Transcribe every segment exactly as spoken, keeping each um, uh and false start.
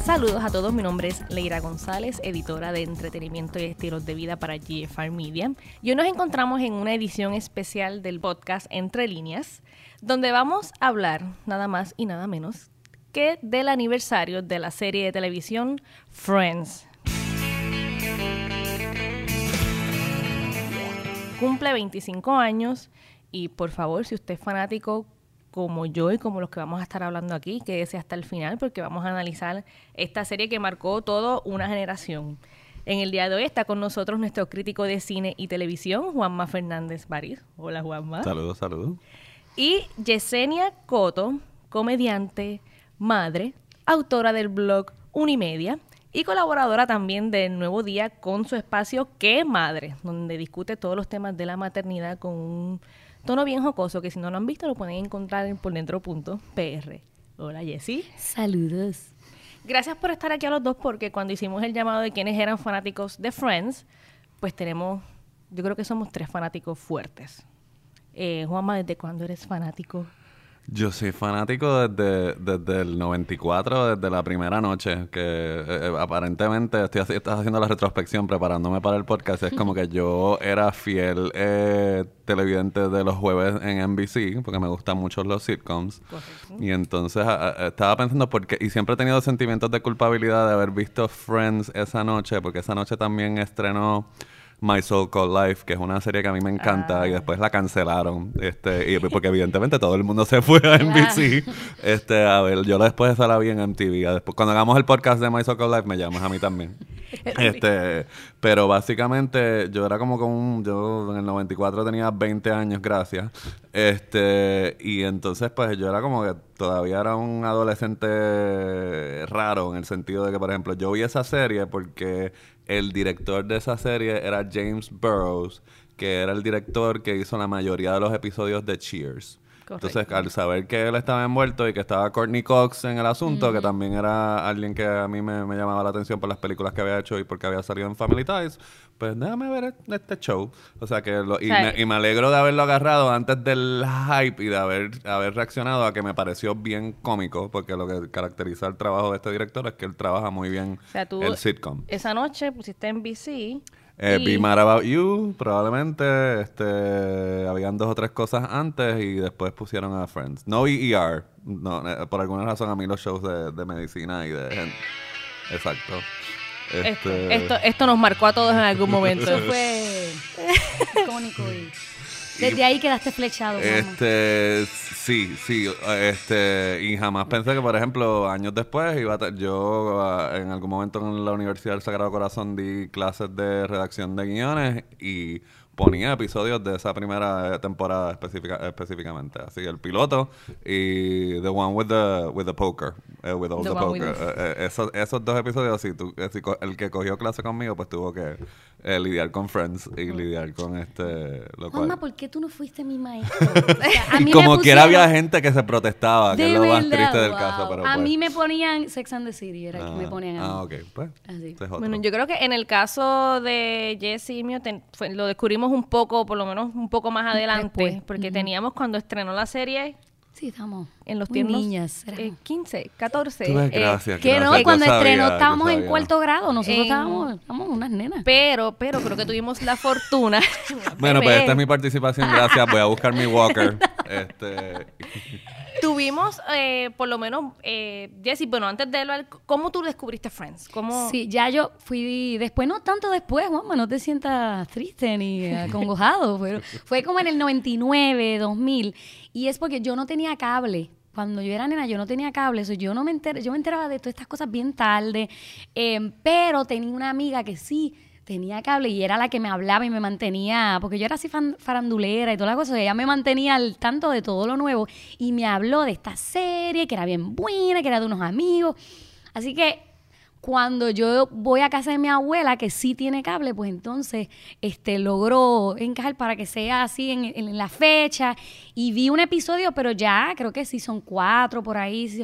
Saludos a todos, mi nombre es Leira González, editora de entretenimiento y estilos de vida para G F R Media. Y hoy nos encontramos en una edición especial del podcast Entre Líneas, donde vamos a hablar nada más y nada menos que del aniversario de la serie de televisión Friends. Cumple veinticinco años y por favor, si usted es fanático como yo y como los que vamos a estar hablando aquí, quédese hasta el final porque vamos a analizar esta serie que marcó toda una generación. En el día de hoy está con nosotros nuestro crítico de cine y televisión, Juanma Fernández Bariz. Hola, Juanma. Saludos, saludos. Y Yesenia Coto, comediante, madre, autora del blog Unimedia y colaboradora también del Nuevo Día con su espacio ¿Qué Madre?, donde discute todos los temas de la maternidad con un tono bien jocoso, que si no lo han visto lo pueden encontrar en por dentro punto p r. Hola, Jessie. Saludos. Gracias por estar aquí a los dos, porque cuando hicimos el llamado de quienes eran fanáticos de Friends, pues tenemos, yo creo que somos tres fanáticos fuertes. Eh, Juanma, ¿desde cuándo eres fanático? Yo soy fanático desde, desde el noventa y cuatro, desde la primera noche, que eh, aparentemente estoy haci- estás haciendo la retrospección preparándome para el podcast. Es como que yo era fiel eh, televidente de los jueves en N B C, porque me gustan mucho los sitcoms. Correcto. Y entonces a, a, estaba pensando, porque y siempre he tenido sentimientos de culpabilidad de haber visto Friends esa noche, porque esa noche también estrenó My So-Called Life, que es una serie que a mí me encanta, ah. y después la cancelaron, este, y porque evidentemente todo el mundo se fue a N B C, este, a ver, yo después esa la vi en M T V, después, cuando hagamos el podcast de My So-Called Life me llamas a mí también, este, pero básicamente yo era como con un, yo en el noventa y cuatro tenía veinte años, gracias, este, y entonces pues yo era como que todavía era un adolescente raro, en el sentido de que, por ejemplo, yo vi esa serie porque el director de esa serie era James Burrows, que era el director que hizo la mayoría de los episodios de Cheers. Correcto. Entonces, al saber que él estaba envuelto y que estaba Courtney Cox en el asunto, mm-hmm. que también era alguien que a mí me, me llamaba la atención por las películas que había hecho y porque había salido en Family Ties, pues déjame ver este show. O sea, que lo, y, me, y me alegro de haberlo agarrado antes del hype y de haber, haber reaccionado a que me pareció bien cómico, porque lo que caracteriza el trabajo de este director es que él trabaja muy bien, o sea, tú el sitcom. Esa noche pusiste en N B C... Eh, y... Be Mad About You, probablemente, este, habían dos o tres cosas antes y después pusieron a Friends. No vi E R, no, eh, por alguna razón a mí los shows de, de medicina y de gente. Exacto. Este... Esto, esto, esto nos marcó a todos en algún momento. Eso fue icónico y desde y, ahí quedaste flechado. Este, sí, sí, este, y jamás pensé que, por ejemplo, años después iba a t- yo uh, en algún momento en la Universidad del Sagrado Corazón di clases de redacción de guiones y ponía episodios de esa primera temporada específica, específicamente, así el piloto y the one with the with the poker, uh, with all the, the poker. Uh, uh, esos, esos dos episodios, si tú, si co- el que cogió clase conmigo, pues tuvo que eh, lidiar con Friends y lidiar con este. Lo cual... Mamá, ¿por qué tú no fuiste mi maestro? O sea, a mí y como me quiera había gente que se protestaba, que es lo verdad, más triste del wow. caso. Pero a pues. mí me ponían Sex and the City, era ah, que me ponían a mí. Ah, ok, pues. Así. Bueno, yo creo que en el caso de Jessie y mío, ten, fue, lo descubrimos un poco, por lo menos un poco más adelante, después. Porque uh-huh. teníamos cuando estrenó la serie... Sí, estamos en los tiempos niñas, eh, quince, catorce. Ves, gracias, eh, que gracias. no, cuando sabía, estrenó estábamos sabía. en cuarto grado, nosotros en... estábamos, estábamos unas nenas. Pero, pero creo que tuvimos la fortuna. Bueno, pues esta es mi participación, gracias. Voy a buscar mi walker. este... Tuvimos, eh, por lo menos, eh, Jessie, bueno, antes de hablar, ¿cómo tú descubriste Friends? ¿Cómo? Sí, ya yo fui después, no tanto después, Juanma, no te sientas triste ni acongojado, pero fue como en el noventa y nueve, dos mil, y es porque yo no tenía cable. Cuando yo era nena, yo no tenía cable, eso yo no me enter- yo me enteraba de todas estas cosas bien tarde, eh, pero tenía una amiga que sí tenía cable y era la que me hablaba y me mantenía, porque yo era así fan, farandulera y toda la cosa, y ella me mantenía al tanto de todo lo nuevo y me habló de esta serie que era bien buena, que era de unos amigos. Así que cuando yo voy a casa de mi abuela, que sí tiene cable, pues entonces este logró encajar para que sea así en, en, en la fecha, y vi un episodio, pero ya creo que sí son cuatro por ahí,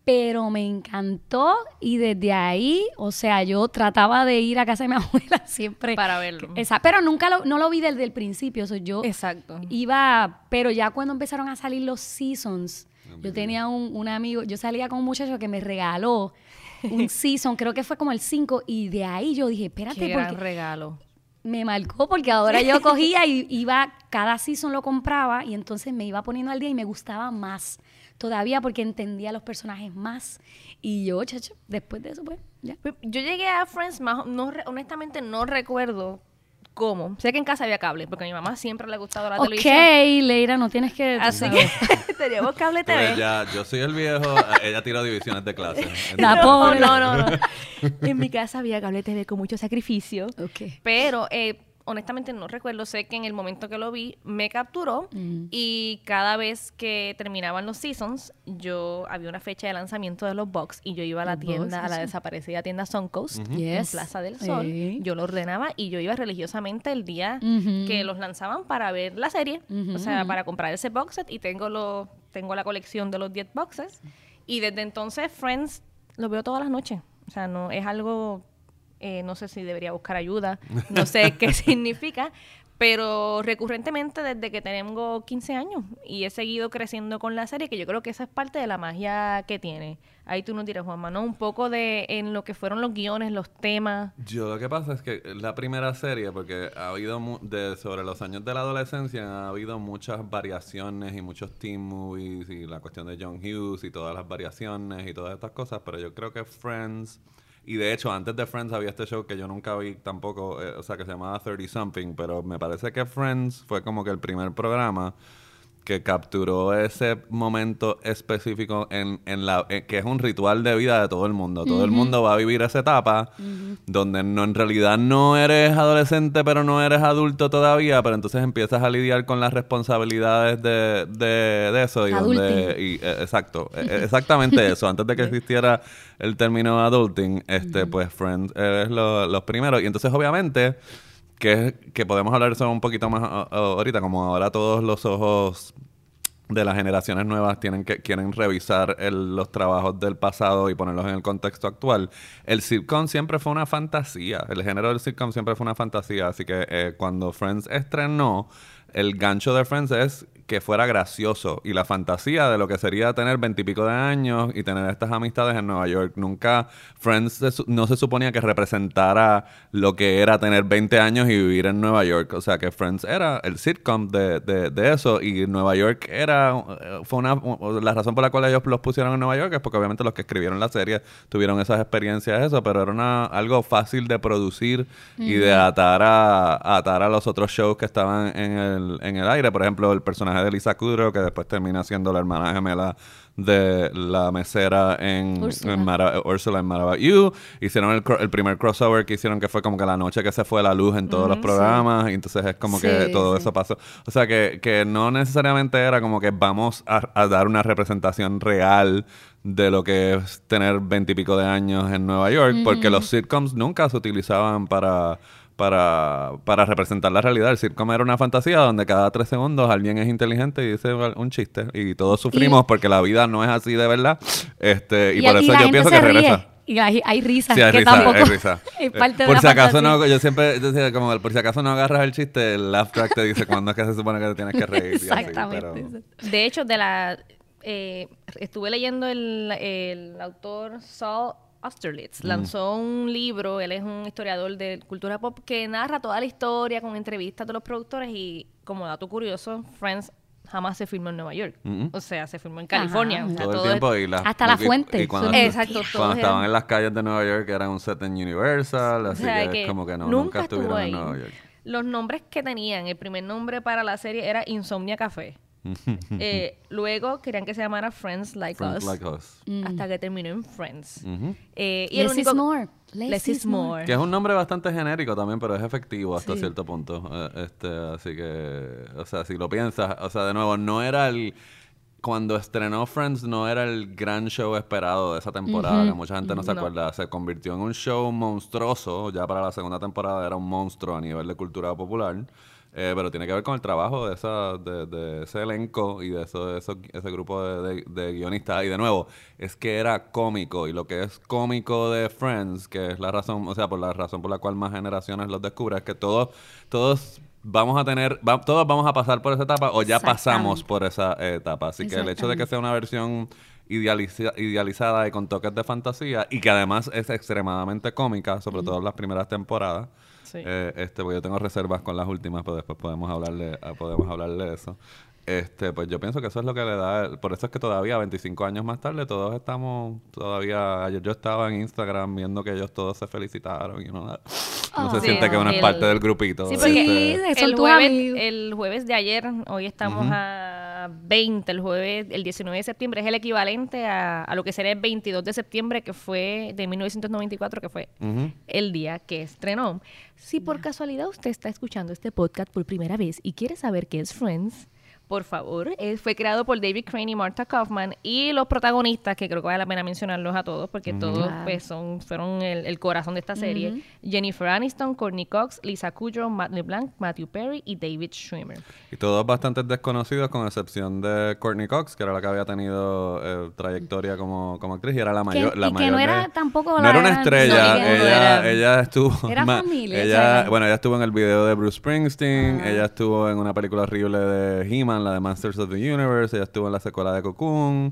pero me encantó y desde ahí, o sea, yo trataba de ir a casa de mi abuela siempre. Para verlo. Esa, pero nunca lo, no lo vi desde el principio, o sea, yo Exacto. iba, pero ya cuando empezaron a salir los seasons, yo tenía un, un amigo, yo salía con un muchacho que me regaló un season, creo que fue como el cinco, y de ahí yo dije, espérate, Qué gran porque regalo. me marcó porque ahora yo cogía y iba, cada season lo compraba y entonces me iba poniendo al día y me gustaba más todavía porque entendía a los personajes más. Y yo, chacho, después de eso, pues, ya. Yo llegué a Friends, más, no, re- honestamente no recuerdo cómo. Sé que en casa había cable, porque a mi mamá siempre le ha gustado la Ok, televisión. Leira, no tienes que... tú Así sabes. que teníamos cable T V. Pues ya, yo soy el viejo, ella tiró divisiones de clase. La no, pobre. no, no, no. En mi casa había cable T V con mucho sacrificio. Ok. Pero, eh, honestamente, no recuerdo. Sé que en el momento que lo vi, me capturó. Mm. Y cada vez que terminaban los seasons, yo había una fecha de lanzamiento de los box. Y yo iba a la Los tienda, box, a la eso. desaparecida tienda Suncoast, en Yes. Plaza del Sol. Sí. Yo lo ordenaba y yo iba religiosamente el día Ujú. que los lanzaban para ver la serie. Ujú, O sea, ujú. para comprar ese box set. Y tengo, lo, tengo la colección de los diez boxes. Y desde entonces, Friends lo veo todas las noches. O sea, no es algo... Eh, no sé si debería buscar ayuda, no sé qué significa, pero recurrentemente desde que tengo quince años y he seguido creciendo con la serie, que yo creo que esa es parte de la magia que tiene. Ahí tú nos dirás, Juanma, ¿no? Un poco de en lo que fueron los guiones, los temas. Yo lo que pasa es que la primera serie, porque ha habido mu- de, sobre los años de la adolescencia, ha habido muchas variaciones y muchos teen movies y la cuestión de John Hughes y todas las variaciones y todas estas cosas, pero yo creo que Friends... Y de hecho, antes de Friends había este show que yo nunca vi tampoco, eh, o sea, que se llamaba thirty something, pero me parece que Friends fue como que el primer programa que capturó ese momento específico en, en la eh, que es un ritual de vida de todo el mundo. Todo el mundo va a vivir esa etapa donde no en realidad no eres adolescente, pero no eres adulto todavía, pero entonces empiezas a lidiar con las responsabilidades de, de, de eso. Y donde, y, eh, exacto, eh, exactamente eso. Antes de que existiera el término adulting, este, pues Friends es lo- los primeros. Y entonces, obviamente... Que, que podemos hablar de eso un poquito más a- a- ahorita, como ahora todos los ojos de las generaciones nuevas tienen que quieren revisar el- los trabajos del pasado y ponerlos en el contexto actual. El sitcom siempre fue una fantasía. El género del sitcom siempre fue una fantasía. Así que eh, cuando Friends estrenó, el gancho de Friends es que fuera gracioso. Y la fantasía de lo que sería tener veintipico de años y tener estas amistades en Nueva York. Nunca Friends se su- no se suponía que representara lo que era tener veinte años y vivir en Nueva York. O sea, que Friends era el sitcom de, de, de eso. Y Nueva York era... eh, fue una... La razón por la cual ellos los pusieron en Nueva York es porque obviamente los que escribieron la serie tuvieron esas experiencias, eso. Pero era una, algo fácil de producir y de atar a, a atar a los otros shows que estaban en el, en el aire. Por ejemplo, el personaje de Lisa Kudrow, que después termina siendo la hermana gemela de la mesera en Úrsula. en Mara- Úrsula en Mad About You. Hicieron el, cro- el primer crossover que hicieron, que fue como que la noche que se fue la luz en todos los programas, y entonces es como Sí, que todo sí. eso pasó. O sea, que, que no necesariamente era como que vamos a, a dar una representación real de lo que es tener veintipico de años en Nueva York, porque los sitcoms nunca se utilizaban para... Para, para representar la realidad. El sitcom era una fantasía donde cada tres segundos alguien es inteligente y dice un chiste y todos sufrimos Y- porque la vida no es así de verdad. Este, y, por y eso la yo gente pienso se que ríe. regresa. Y hay, hay risas Sí, hay que risa, tampoco hay risa. es Eh, parte de por la si acaso fantasía. no, yo siempre yo decía como por si acaso no agarras el chiste, el laugh track te dice cuándo es que se supone que te tienes que reír. y así, Exactamente. pero- De hecho, de la eh, estuve leyendo el, el autor Saul Austerlitz. Lanzó un libro, él es un historiador de cultura pop que narra toda la historia con entrevistas de los productores y como dato curioso, Friends jamás se filmó en Nueva York. Ujú. O sea, se filmó en California. Ajá. O sea, todo el todo es- tiempo y la- Hasta la y- fuente, y cuando, son- Exacto, todos cuando estaban eran- en las calles de Nueva York era un set en Universal, así O sea, que, que es como que no, nunca nunca estuvo estuvieron ahí. en Nueva York. Los nombres que tenían, el primer nombre para la serie era Insomnia Café. Eh, luego querían que se llamara Friends Like Friends Us. Like Us. Hasta que terminó en Friends. Ujú. Eh, y el Less is único- more. Less is more. Que es un nombre bastante genérico también, pero es efectivo hasta Sí. cierto punto. Eh, este, así que, o sea, si lo piensas, o sea, de nuevo, no era el... Cuando estrenó Friends no era el gran show esperado de esa temporada, que mucha gente no se No. acuerda. Se convirtió en un show monstruoso, ya para la segunda temporada era un monstruo a nivel de cultura popular. Eh, pero tiene que ver con el trabajo de, esa, de, de ese elenco y de, eso, de eso, ese grupo de, de, de guionistas. Y de nuevo, es que era cómico. Y lo que es cómico de Friends, que es la razón, o sea, por la razón por la cual más generaciones los descubren, es que todos, todos vamos a tener, va, todos vamos a pasar por esa etapa o ya pasamos por esa etapa. Así que el hecho de que sea una versión idealiza, idealizada y con toques de fantasía y que además es extremadamente cómica, sobre mm. todo en las primeras temporadas. Sí. Eh, este, pues yo tengo reservas con las últimas, pero después podemos hablarle, podemos hablarle de eso. Este, pues yo pienso que eso es lo que le da, por eso es que todavía veinticinco años más tarde todos estamos todavía, ayer yo estaba en Instagram viendo que ellos todos se felicitaron y uno, no oh, se sí, siente que uno el, es parte del grupito. Sí, porque este, el, jueves, el jueves de ayer, hoy estamos uh-huh. a veinte, el jueves, el diecinueve de septiembre es el equivalente a, a lo que sería el veintidós de septiembre, que fue de mil novecientos noventa y cuatro, que fue uh-huh. el día que estrenó. Si por casualidad usted está escuchando este podcast por primera vez y quiere saber qué es Friends, por favor, eh, fue creado por David Crane y Martha Kaufman, y los protagonistas, que creo que vale la pena mencionarlos a todos, porque uh-huh. todos pues, son, fueron el, el corazón de esta serie. Uh-huh. Jennifer Aniston, Courtney Cox, Lisa Kudrow, Matt LeBlanc, Matthew Perry y David Schwimmer. Y todos bastante desconocidos, con excepción de Courtney Cox, que era la que había tenido eh, trayectoria como, como actriz, y era la mayor. Que, la y mayor que no de, era tampoco no la era una estrella, no, ella, era, ella estuvo... Era ma, familia. Ella, ¿sabes? bueno, ella estuvo en el video de Bruce Springsteen, uh-huh. ella estuvo en una película horrible de He-Man, la de Masters of the Universe, ella estuvo en la secuela de Cocoon,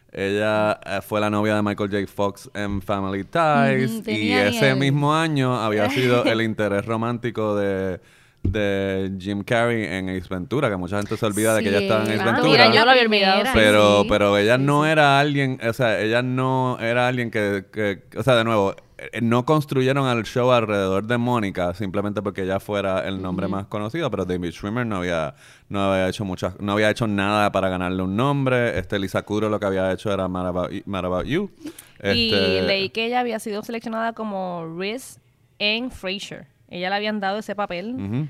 ella eh, fue la novia de Michael J. Fox en Family Ties, mm, y ese el... mismo año había sido el interés romántico de, de Jim Carrey en Ace Ventura, que mucha gente se olvida sí. de que ella estaba en Ace ah, Ventura. Mira, yo lo había olvidado. Pero, sí. pero ella sí, no sí. era alguien, o sea, ella no era alguien que, que, o sea, de nuevo, no construyeron al show alrededor de Mónica simplemente porque ella fuera el nombre uh-huh. más conocido, pero David Schwimmer no había no había hecho muchas no había hecho nada para ganarle un nombre. Este Lisa Kudrow lo que había hecho era Mad About, Mad About You. Este, y leí que ella había sido seleccionada como Reese en Frasier. Ella le habían dado ese papel, uh-huh.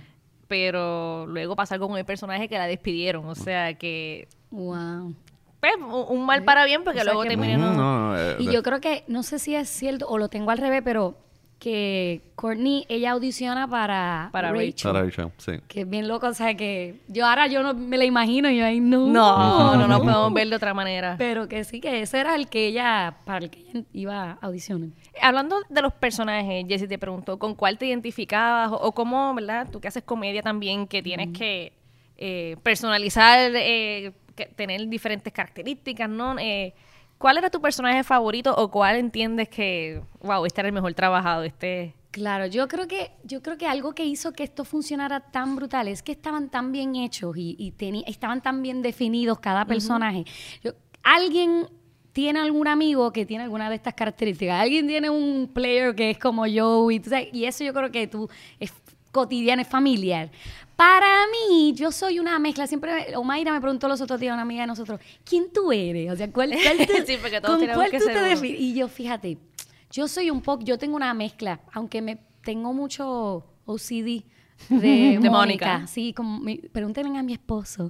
pero luego pasó algo con el personaje que la despidieron, o sea que wow. Pues, un mal para bien, porque o sea, luego terminé no... no, no eh, y yo creo que, no sé si es cierto, o lo tengo al revés, pero que Courtney, ella audiciona para, para Rachel. Para Rachel, sí. Que es bien loco, o sea, que yo ahora yo no me la imagino y yo ahí no. No, no, no, no podemos ver de otra manera. Pero que sí, que ese era el que ella, para el que ella iba a audicionar. Hablando de los personajes, Jessie te preguntó, ¿con cuál te identificabas? O, o cómo, ¿verdad? Tú que haces comedia también, que tienes mm. que eh, personalizar... Eh, que tener diferentes características, ¿no? Eh, ¿Cuál era tu personaje favorito o cuál entiendes que, wow, este era el mejor trabajado, este... Claro, yo creo que yo creo que algo que hizo que esto funcionara tan brutal es que estaban tan bien hechos y, y teni- estaban tan bien definidos cada personaje. Uh-huh. Yo, alguien tiene algún amigo que tiene alguna de estas características. Alguien tiene un player que es como yo y, y eso yo creo que tú es cotidiano, es familiar. Para mí, yo soy una mezcla. Siempre, Omaira me preguntó los otros días, una amiga de nosotros, ¿quién tú eres? O sea, ¿cuál, cuál tú, sí, porque todos ¿con cuál que tú te ser defines? Y yo, fíjate, yo soy un poco, yo tengo una mezcla, aunque me tengo mucho O C D de, de Mónica. Sí, como mi, pregúntenle a mi esposo.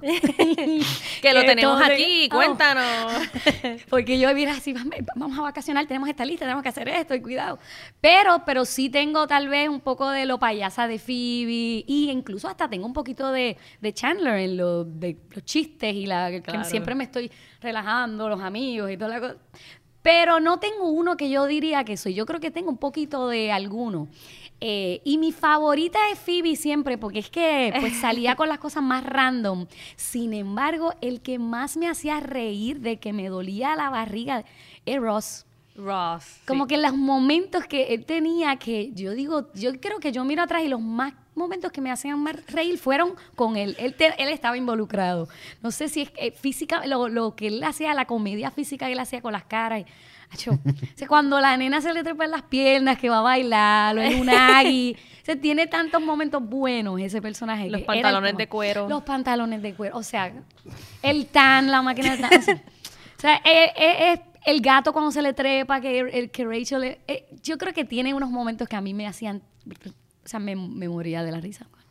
que lo tenemos aquí, oh, cuéntanos. Porque yo, mira, si vamos a vacacionar, tenemos esta lista, tenemos que hacer esto, y cuidado. Pero, pero sí tengo tal vez un poco de lo payasa de Phoebe, y incluso hasta tengo un poquito de, de Chandler en lo, de los chistes, y la claro. que siempre me estoy relajando, los amigos y toda la cosa. Pero no tengo uno que yo diría que soy. Yo creo que tengo un poquito de alguno. Eh, y mi favorita es Phoebe siempre, porque es que pues, salía con las cosas más random. Sin embargo, el que más me hacía reír de que me dolía la barriga es Ross. Ross. Como sí. que en los momentos que él tenía que, yo digo, yo creo que yo miro atrás y los más momentos que me hacían más reír fueron con él. Él, te, él estaba involucrado. No sé si es eh, física, lo, lo que él hacía, la comedia física que él hacía con las caras. Acho, o sea, cuando la nena se le trepa las piernas, que va a bailar, lo es un agui. O sea, tiene tantos momentos buenos ese personaje. Los pantalones de cuero. Los pantalones de cuero. O sea, el tan, la máquina de tan. O sea, o sea es, es, es el gato cuando se le trepa, que, el, que Rachel... Eh, yo creo que tiene unos momentos que a mí me hacían... O sea, me, me moría de la risa.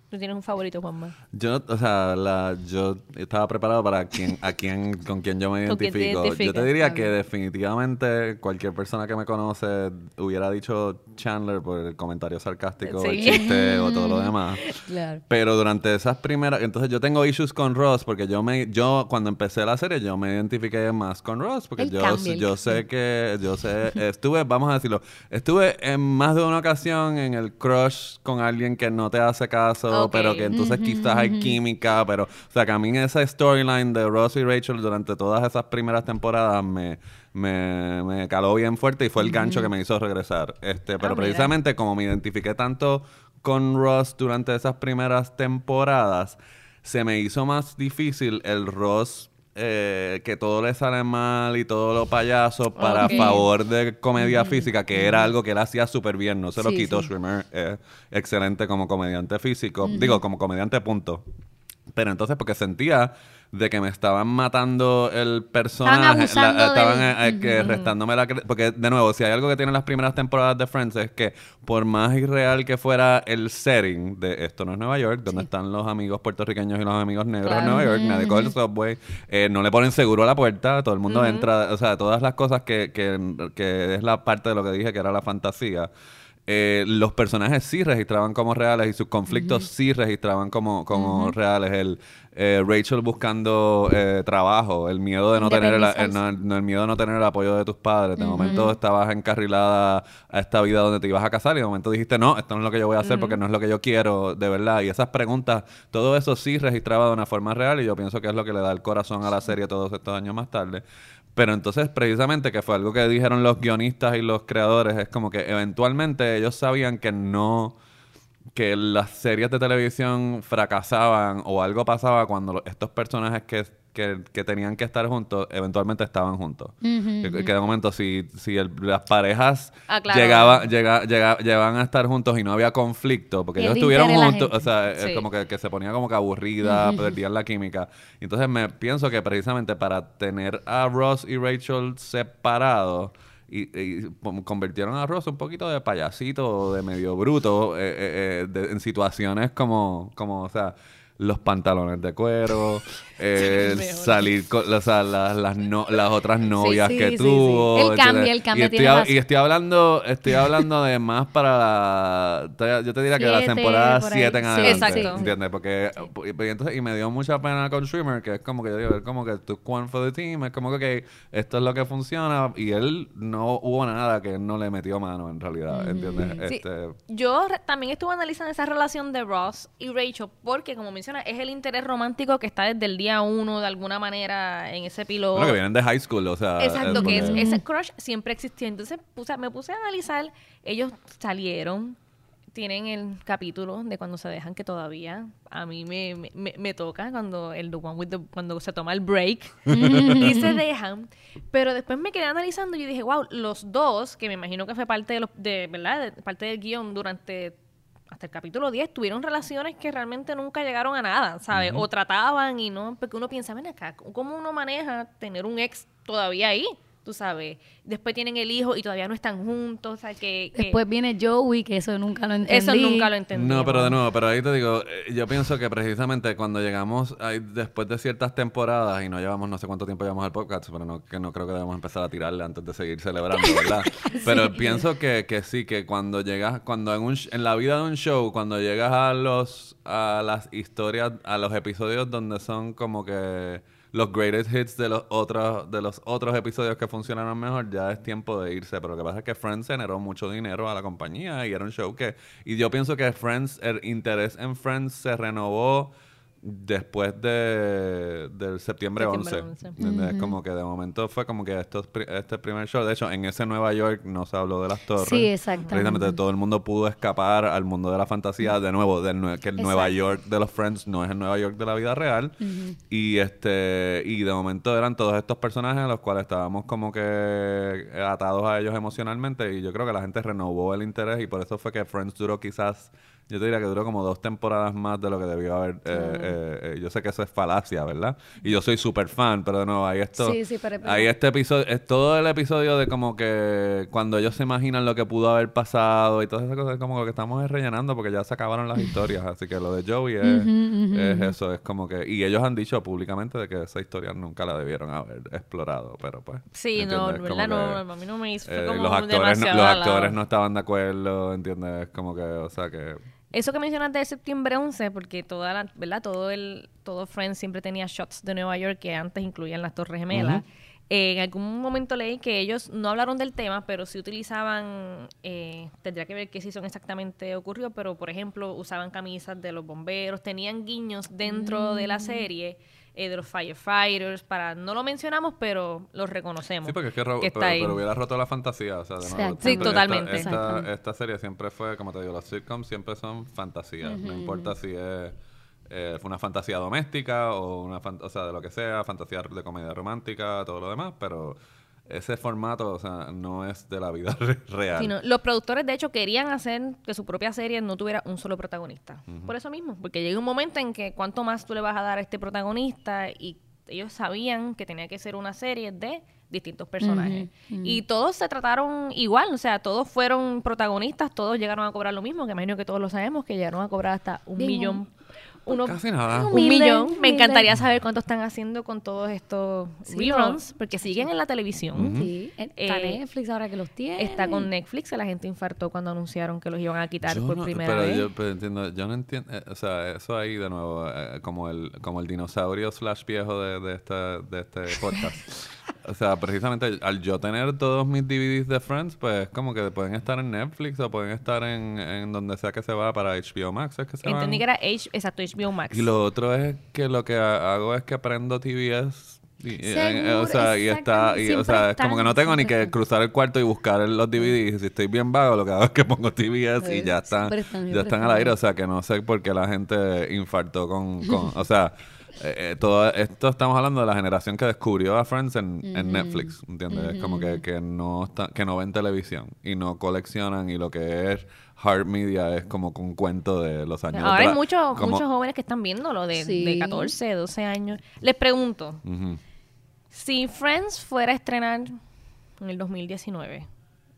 ¿Tú tienes un favorito, Juanma? Yo, o sea, la, yo estaba preparado para quien, a quien, con quien yo me ¿Con quién te identifico. Yo identificas? te diría A que ver. definitivamente cualquier persona que me conoce hubiera dicho Chandler por el comentario sarcástico, Sí. el chiste o todo lo demás. Claro. Pero durante esas primeras, entonces yo tengo issues con Ross porque yo me, yo cuando empecé la serie yo me identifiqué más con Ross porque Él yo, cambia, él yo sé cambia. que, yo sé, estuve, vamos a decirlo, estuve en más de una ocasión en el crush con alguien que no te hace caso, Ok. pero que entonces quizás hay química, pero, o sea, que a mí esa storyline de Ross y Rachel durante todas esas primeras temporadas me, me, me caló bien fuerte y fue el gancho que me hizo regresar. Este, pero Ah, mira. precisamente como me identifiqué tanto con Ross durante esas primeras temporadas, se me hizo más difícil el Ross eh, que todo le sale mal y todo lo payaso para Ok. favor de comedia física, que era algo que él hacía súper bien. No se lo Sí, quitó sí. Schwimmer, es excelente como comediante físico. Digo, como comediante, punto. Pero entonces, porque sentía de que me estaban matando el personaje, abusando la- estaban del- eh, eh, que restándome la... cre- Porque, de nuevo, si hay algo que tienen las primeras temporadas de Friends es que por más irreal que fuera el setting de esto no es Nueva York, donde están los amigos puertorriqueños y los amigos negros Claro. en Nueva York, nadie coge el subway, eh, no le ponen seguro a la puerta, todo el mundo entra, o sea, todas las cosas que, que, que es la parte de lo que dije que era la fantasía. Eh, los personajes sí registraban como reales y sus conflictos sí registraban como, como reales. El, eh, Rachel buscando eh, trabajo, el miedo de no tener el, el- no, no, el miedo de no tener el apoyo de tus padres. De momento estabas encarrilada a esta vida donde te ibas a casar y de momento dijiste, no, esto no es lo que yo voy a hacer porque no es lo que yo quiero de verdad. Y esas preguntas, todo eso sí registraba de una forma real y yo pienso que es lo que le da el corazón a la serie todos estos años más tarde. Pero entonces, precisamente, que fue algo que dijeron los guionistas y los creadores, es como que eventualmente ellos sabían que no, que las series de televisión fracasaban o algo pasaba cuando lo- estos personajes que, que, que tenían que estar juntos, eventualmente estaban juntos. que, que de momento, si, si el- las parejas Ah, claro. llegaban, llega, llega- llegaban a estar juntos y no había conflicto, porque ellos Pierde estuvieron interés la juntos, gente. o sea, es Sí. como que, que se ponía como que aburrida, perdían la química. Y entonces me pienso que precisamente para tener a Ross y Rachel separados y, y pom- convirtieron a Ross un poquito de payasito, de medio bruto, eh, eh, eh, de- en situaciones como, como, o sea, los pantalones de cuero, eh, el mejor. salir con o sea, las, las, no- las otras novias sí, que sí, tuvo. sí. Él cambia, etcétera. él cambia, Y estoy, tiene hab- razón. y estoy hablando, estoy hablando de más para la, te- yo te diría que de la Siete, temporada por ahí. siete en Sí, adelante, exacto. ¿entiendes? Porque y, y entonces, y me dio mucha pena con Schwimmer, que es como que yo digo, es como que tú one for the team, es como que ok, esto es lo que funciona y él no hubo nada que él no le metió mano en realidad, ¿entiendes? Sí, Este, yo re- también estuve analizando esa relación de Ross y Rachel porque, como menciona, es el interés romántico que está desde el día uno de alguna manera en ese piloto. bueno, que vienen de high school, o sea, Exacto, es que es, porque- ese crush siempre existió. Entonces puse- me puse a analizar, ellos salieron, tienen el capítulo de cuando se dejan, que todavía a mí me, me, me- me toca cuando el the one with the- cuando se toma el break y se dejan. Pero después me quedé analizando y yo dije, wow, los dos, que me imagino que fue parte de los, de, ¿verdad? De- parte del guión durante hasta el capítulo diez, tuvieron relaciones que realmente nunca llegaron a nada, ¿sabes? O trataban y no, porque uno piensa, ven acá, ¿cómo uno maneja tener un ex todavía ahí? Tú sabes, después tienen el hijo y todavía no están juntos, o sea, que... que Después viene Joey, que eso nunca lo entendí. eso nunca lo entendí. No, pero de nuevo, pero ahí te digo, eh, yo pienso que precisamente cuando llegamos ahí después de ciertas temporadas y no llevamos no sé cuánto tiempo llevamos al podcast, pero no, que no creo que debamos empezar a tirarle antes de seguir celebrando, ¿verdad? Pero pienso que, que sí, que cuando llegas, cuando en un sh- en la vida de un show, cuando llegas a los a las historias, a los episodios donde son como que los greatest hits de los otros de los otros episodios que funcionaron mejor, ya es tiempo de irse. Pero lo que pasa es que Friends generó mucho dinero a la compañía y era un show que... Y yo pienso que Friends, el interés en Friends se renovó después de del septiembre, Septiembre once. once. ¿Entendés? Como que de momento fue como que esto es pri- este primer show. De hecho, en ese Nueva York no se habló de las torres. Sí, exactamente. Precisamente todo el mundo pudo escapar al mundo de la fantasía. De nuevo, del nue- que el Nueva Exacto. York de los Friends no es el Nueva York de la vida real. Y este y de momento eran todos estos personajes a los cuales estábamos como que atados a ellos emocionalmente. Y yo creo que la gente renovó el interés y por eso fue que Friends duró quizás Yo te diría que duró como dos temporadas más de lo que debió haber. Eh, eh, eh, yo sé que eso es falacia, ¿verdad? Y yo soy súper fan, pero de nuevo, hay esto. Sí, sí, pero- pero- Hay este episodio, es todo el episodio de como que cuando ellos se imaginan lo que pudo haber pasado y todas esas cosas, como que estamos rellenando porque ya se acabaron las historias. Así que lo de Joey es, Ujú, ujú, es ujú. eso, es como que. Y ellos han dicho públicamente de que esa historia nunca la debieron haber explorado, pero pues. Sí, no, ¿entiendes? ¿verdad? Como No, que, a mí no me hizo. Fue eh, como los actores, no, demasiado los al lado. actores no estaban de acuerdo, ¿entiendes? Como que, o sea que. Eso que mencionaste de septiembre once, porque toda la, ¿verdad? Todo el, todo Friends siempre tenía shots de Nueva York que antes incluían las Torres Gemelas. Ujú. Eh, en algún momento leí que ellos no hablaron del tema, pero sí utilizaban, eh, tendría que ver qué season exactamente ocurrió, pero por ejemplo usaban camisas de los bomberos, tenían guiños dentro de la serie eh, de los firefighters, para no lo mencionamos, pero los reconocemos. Sí, porque es que, ro- que está pero, ahí. pero hubiera roto la fantasía. O sea, de nuevo, Exacto. Sí, siempre totalmente. Esta, esta, Exactamente. esta serie siempre fue, como te digo, los sitcoms siempre son fantasías. No importa si es eh, fue una fantasía doméstica o una fan- o sea, de lo que sea, fantasía de comedia romántica, todo lo demás, pero ese formato, o sea, no es de la vida re- real. Sí, no, los productores, de hecho, querían hacer que su propia serie no tuviera un solo protagonista. Por eso mismo, porque llega un momento en que cuánto más tú le vas a dar a este protagonista y ellos sabían que tenía que ser una serie de distintos personajes. Ujú, ujú. Y todos se trataron igual, o sea, todos fueron protagonistas, todos llegaron a cobrar lo mismo, que imagino que todos lo sabemos, que llegaron a cobrar hasta un Bien, millón. Uno, Casi nada. un Humilde, millón. Me humilde. encantaría saber cuánto están haciendo con todos estos Sí, reruns, porque siguen en la televisión. Sí, está Eh, Netflix ahora que los tiene. Está con Netflix, que la gente infartó cuando anunciaron que los iban a quitar Yo por no- primera pero vez. Yo, pero entiendo, yo no entiendo, eh, o sea, eso ahí de nuevo, eh, como el como el dinosaurio slash viejo de, de, este, de este podcast. O sea, precisamente al yo tener todos mis D V Ds de Friends, pues como que pueden estar en Netflix o pueden estar en, en donde sea que se va para H B O Max. Es que se Entendí van. que era H, exacto, H B O Max. Y lo otro es que lo que ha- hago es que prendo T V S. Y, y- Seguro, o sea, y está, y, o exactamente, sea, es como siempre que no tengo están, ni que siempre están. cruzar el cuarto y buscar el- los D V Ds. Si estoy bien vago, lo que hago es que pongo T V S y Sí, ya están, siempre están, ya siempre están al están. aire. O sea, que no sé por qué la gente infartó con, con o sea, eh, eh, todo esto estamos hablando de la generación que descubrió a Friends en, en Netflix, ¿entiendes? Es como que, que no está, que no ven televisión y no coleccionan, y lo que es hard media es como con cuento de los años. Ahora hay atrás. muchos Como- muchos jóvenes que están viéndolo de, Sí. de catorce, doce años. Les pregunto, Ujú. si Friends fuera a estrenar en el dos mil diecinueve,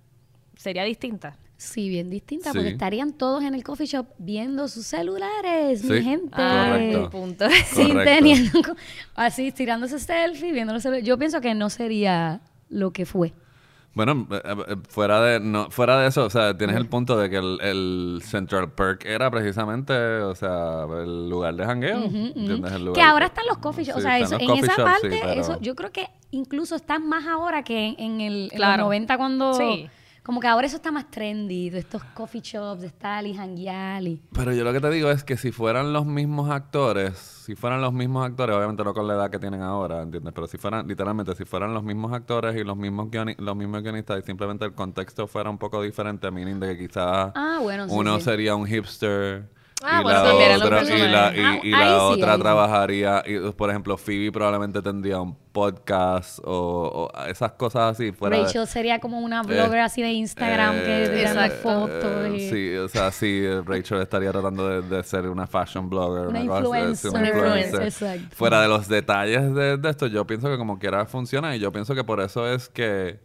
¿sería distinta? Sí, bien distinta, Sí. porque estarían todos en el coffee shop viendo sus celulares, Sí, mi gente. correcto. Ah, punto. Sin Correcto. teniendo, co- así tirándose selfie, viendo los celulares. Yo pienso que no sería lo que fue. Bueno, eh, eh, fuera de no fuera de eso, o sea, tienes el punto de que el, el Central Perk era precisamente, o sea, el lugar de jangueo. ¿Entiendes? El lugar Que ahora están los coffee shops. Sí, o sea, están eso, los en coffee esa shops, sí, parte, pero- eso, yo creo que incluso está más ahora que en, el, en Claro. los noventa cuando... Sí. Como que ahora eso está más trendy, de estos coffee shops, de estar y janguear y... Pero yo lo que te digo es que si fueran los mismos actores, si fueran los mismos actores, obviamente no con la edad que tienen ahora, ¿entiendes? Pero si fueran, literalmente, si fueran los mismos actores y los mismos, guioni- los mismos guionistas y simplemente el contexto fuera un poco diferente, meaning de que quizás Ah, bueno, sí, uno sí. sería un hipster Ah, y bueno, la cambiarían los otra, y la, personajes. y, Ah, y ahí la sí, otra ahí sí. trabajaría, y, por ejemplo, Phoebe probablemente tendría un podcast o, o esas cosas así. Fuera de- Rachel sería como una blogger así de Instagram que eh, tiran las exacto. fotos. eh, y... Sí, o sea, sí, eh, Rachel estaría tratando de, de ser una fashion blogger. Una cosa así, influencer. una Una influencer. influencer, exacto. Fuera de los detalles de, de esto, yo pienso que como quiera funciona, y yo pienso que por eso es que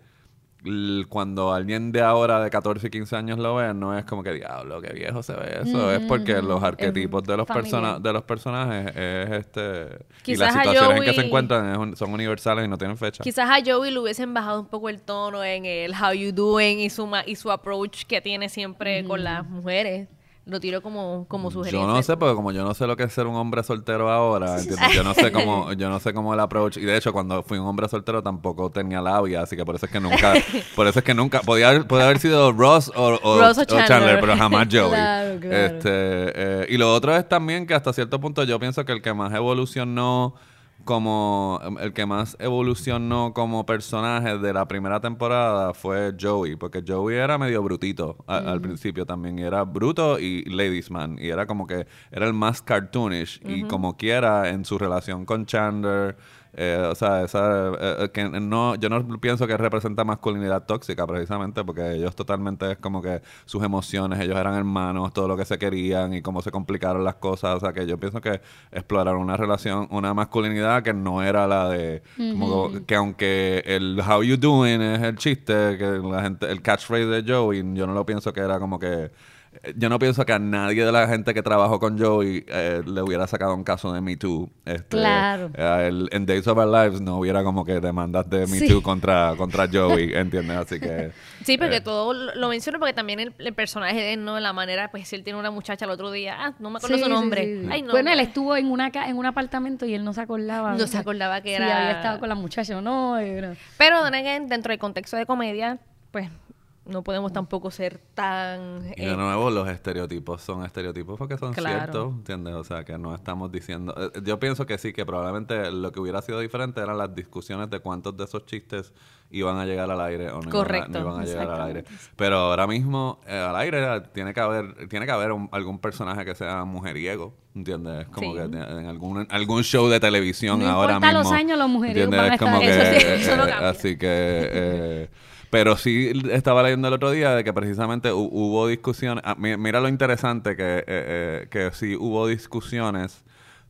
l- cuando alguien de ahora de catorce y quince años lo ve, no es como que diablo, qué viejo se ve eso. Es porque los arquetipos de los, familiar. persona de los personajes es este y Quizás las a situaciones en que se Joey- encuentran es un- son universales y no tienen fecha. Quizás a Joey le hubiesen bajado un poco el tono en el how you doing y su, ma- y su approach que tiene siempre con las mujeres. Lo tiro como, como sugerencia. Yo no sé, porque como yo no sé lo que es ser un hombre soltero ahora, ¿entiendes? Yo no sé cómo, yo no sé cómo el approach. Y de hecho, cuando fui un hombre soltero tampoco tenía labia, así que por eso es que nunca, por eso es que nunca, podía haber, podía haber sido Ross o, o, Ross o o Chandler. pero jamás Joey. Claro, claro. Este, eh, y lo otro es también que hasta cierto punto yo pienso que el que más evolucionó como el que más evolucionó como personaje de la primera temporada fue Joey, porque Joey era medio brutito a- al principio también, y era bruto y ladies man, y era como que era el más cartoonish, y como quiera en su relación con Chandler Eh, o sea, esa, eh, que no, yo no pienso que representa masculinidad tóxica precisamente porque ellos totalmente es como que sus emociones, ellos eran hermanos, todo lo que se querían y cómo se complicaron las cosas. O sea, que yo pienso que exploraron una relación, una masculinidad que no era la de, Ujú. como que aunque el how you doing es el chiste, que la gente, el catchphrase de Joey, yo no lo pienso que era como que yo no pienso que a nadie de la gente que trabajó con Joey eh, le hubiera sacado un caso de Me Too. Este, Claro. eh, el- en Days of Our Lives no hubiera como que demandas de Me Sí. Too contra, contra Joey, ¿entiendes? Así que... Sí, porque eh, todo lo lo menciono porque también el, el personaje de él, ¿no? La manera, pues si él tiene una muchacha el otro día, ah, no me acuerdo Sí, su sí, nombre. sí, sí. Ay, no. Bueno, él estuvo en una ca- en un apartamento y él no se acordaba. No se acordaba que Sí, era- había estado con la muchacha o no. era- Pero, then again, dentro del contexto de comedia, pues no podemos tampoco ser tan... Y de eh, nuevo, los estereotipos son estereotipos porque son Claro. ciertos, ¿entiendes? O sea, que no estamos diciendo... eh, Yo pienso que sí, que probablemente lo que hubiera sido diferente eran las discusiones de cuántos de esos chistes iban a llegar al aire o no, Correcto. Iban, a, no iban a llegar al aire. Exactamente. Pero ahora mismo, eh, al aire eh, tiene que haber tiene que haber un- algún personaje que sea mujeriego, ¿entiendes? Como Sí. que tiene- en algún, algún show de televisión No ahora importa mismo. los años, los mujeriegos ¿entiendes? van a Es como estar que, ahí. Eso sí, eso no eh, cambia. así que... eh, pero sí estaba leyendo el otro día de que precisamente hu- hubo discusiones. ah, mi- mira lo interesante que, eh, eh, que sí hubo discusiones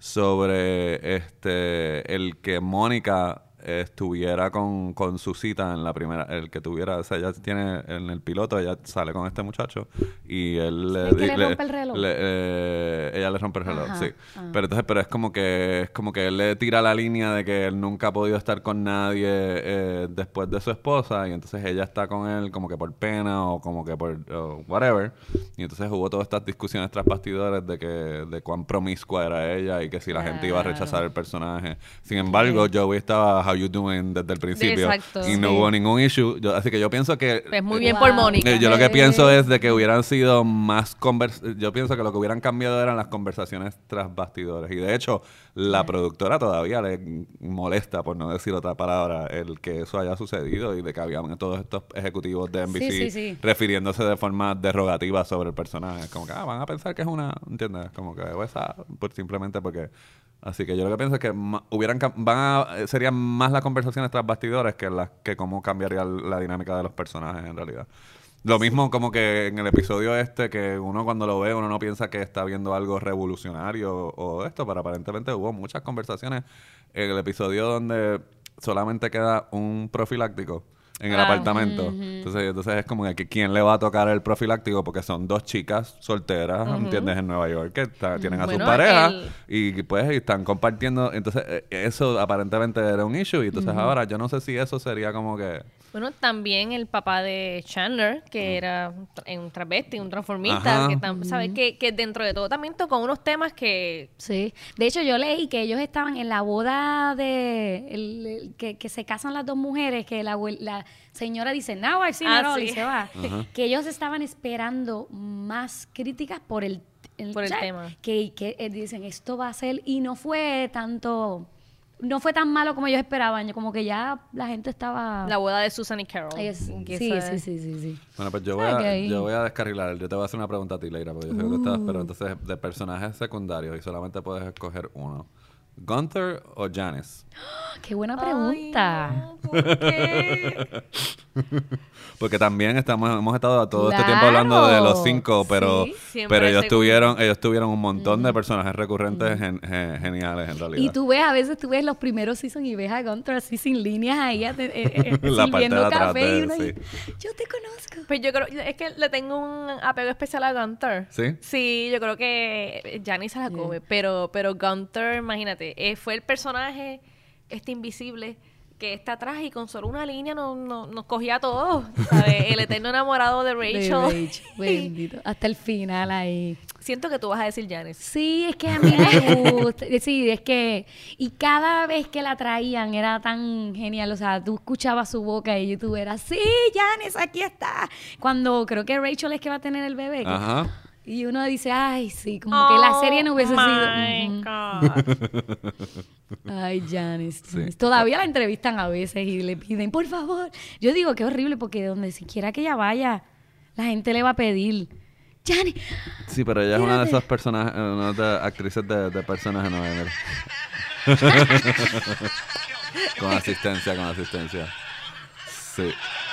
sobre este el que Mónica estuviera con, con su cita en la primera, el que tuviera, o sea, ella tiene en el piloto, ella sale con este muchacho y él le, ¿El que di- le rompe el reloj? le- eh, ella le rompe el reloj, Ajá, sí. ah. Pero entonces, pero es como que es como que él le tira la línea de que él nunca ha podido estar con nadie eh, después de su esposa y entonces ella está con él como que por pena o como que por o whatever. Y entonces hubo todas estas discusiones tras bastidores de que de cuán promiscua era ella y que si la gente iba a Claro. rechazar el personaje. Sin embargo, Joey estaba how you doing desde el principio Exacto. y no Sí. hubo ningún issue. Yo- así que yo pienso que Pues muy eh, bien Wow. por Mónica. eh, yo lo que Eh. pienso es de que hubieran sido más convers yo pienso que lo que hubieran cambiado eran las conversaciones tras bastidores y de hecho la productora todavía le molesta, por no decir otra palabra, el que eso haya sucedido y de que habían todos estos ejecutivos de N B C Sí, sí, sí. refiriéndose de forma derogativa sobre el personaje, como que ah, van a pensar que es una, ¿entiendes? Como que o esa, pues simplemente porque así que yo lo que pienso es que ma- hubieran cam- van a, serían más las conversaciones tras bastidores que las que cómo cambiaría la dinámica de los personajes en realidad. Lo mismo como que en el episodio este, que uno cuando lo ve, uno no piensa que está viendo algo revolucionario o, o esto, pero aparentemente hubo muchas conversaciones en el episodio donde solamente queda un profiláctico en el Ah, apartamento. Entonces, entonces es como que quién le va a tocar el profiláctico porque son dos chicas solteras, ¿entiendes? En Nueva York que está- tienen a Bueno, sus parejas el- y pues y están compartiendo. Entonces, eh, eso aparentemente era un issue y entonces ahora yo no sé si eso sería como que... Bueno, también el papá de Chandler, que era un tra- un travesti, un transformista, Ajá. que tam- ¿sabes? Que, que dentro de todo también tocó unos temas que... Sí. De hecho, yo leí que ellos estaban en la boda de... el- el- que, que se casan las dos mujeres, que la, abuel- la señora dice, now I've seen Ah, it all", sí. y se va. Ajá. Que ellos estaban esperando más críticas por el, Por el chat, tema. Que, que eh, dicen, esto va a ser... Y no fue tanto... No fue tan malo como ellos esperaban. Yo como que ya la gente estaba... La boda de Susan y Carol. Es- que sí, esa- sí, sí, sí, sí. Bueno, pues yo voy, Ah, a, que ahí- yo voy a descarrilar. Yo te voy a hacer una pregunta a ti, Leira, porque yo sé que tú estás, pero entonces de personajes secundarios y solamente puedes escoger uno. ¿Gunther o Janice? Qué buena Ay, pregunta. no, ¿por qué? Porque también estamos hemos estado todo este tiempo hablando de los cinco, pero, Sí. Siempre pero ellos segundo. tuvieron ellos tuvieron un montón de personajes recurrentes gen- gen- geniales en realidad. Y tú ves, a veces tú ves los primeros seasons y ves a Gunter así sin líneas ahí, eh, eh, eh, La parte de sirviendo atrás café de y él, uno ahí, sí. yo te conozco. Pues yo creo, es que le tengo un apego especial a Gunter. ¿Sí? Sí, yo creo que Janice se la come, pero, pero Gunter, imagínate, eh, fue el personaje, este invisible, que está atrás y con solo una línea nos, nos, nos cogía a todos, ¿sabes? El eterno enamorado de Rachel. De Rachel, bendito. Hasta el final ahí. Siento que tú vas a decir Janice. Sí, es que a mí me gusta. Sí, es que... Y cada vez que la traían era tan genial. O sea, tú escuchabas su boca y tú eras, sí, Janice, aquí está. Cuando creo que Rachel es que va a tener el bebé. que- Ajá. Y uno dice, ay, sí, como que la serie no hubiese Oh, sido... my Ujú. God. Ay, Janice. Sí. Janice. Todavía la entrevistan a veces y le piden, por favor. Yo digo, qué horrible, porque donde siquiera que ella vaya, la gente le va a pedir, Janice. Sí, pero ella es una de Espérate. esas personajes, una de actrices de, de personajes no, mira. Con asistencia, con asistencia. Sí.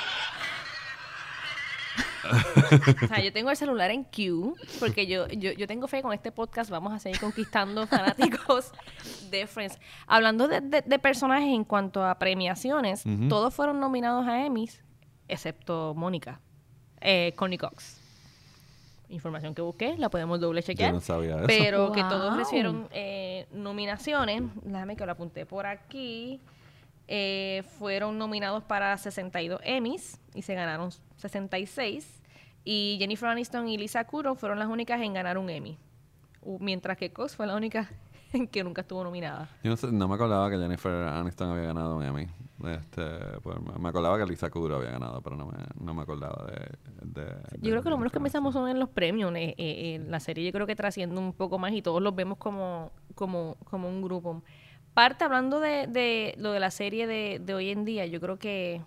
O sea, yo tengo el celular en Q, porque yo, yo, yo tengo fe con este podcast, vamos a seguir conquistando fanáticos de Friends. Hablando de, de, de personajes en cuanto a premiaciones, uh-huh. todos fueron nominados a Emmys, excepto Mónica, eh, Courtney Cox. Información que busqué, la podemos doble chequear. Yo no sabía eso. Pero wow. que todos recibieron eh, nominaciones. Déjame que lo apunté por aquí. Eh, fueron nominados para sesenta y dos Emmys y se ganaron sesenta y seis. Y Jennifer Aniston y Lisa Kudrow fueron las únicas en ganar un Emmy. U- mientras que Cox fue la única en que nunca estuvo nominada. Yo no, sé, no me acordaba que Jennifer Aniston había ganado un Emmy. Este, pues, me acordaba que Lisa Kudrow había ganado, pero no me, no me acordaba de, de, de... Yo creo que lo menos que empezamos son en los premios. Eh, eh, eh, la serie yo creo que trasciende un poco más y todos los vemos como, como, como un grupo. Parte, hablando de, de lo de la serie de, de hoy en día, yo creo que...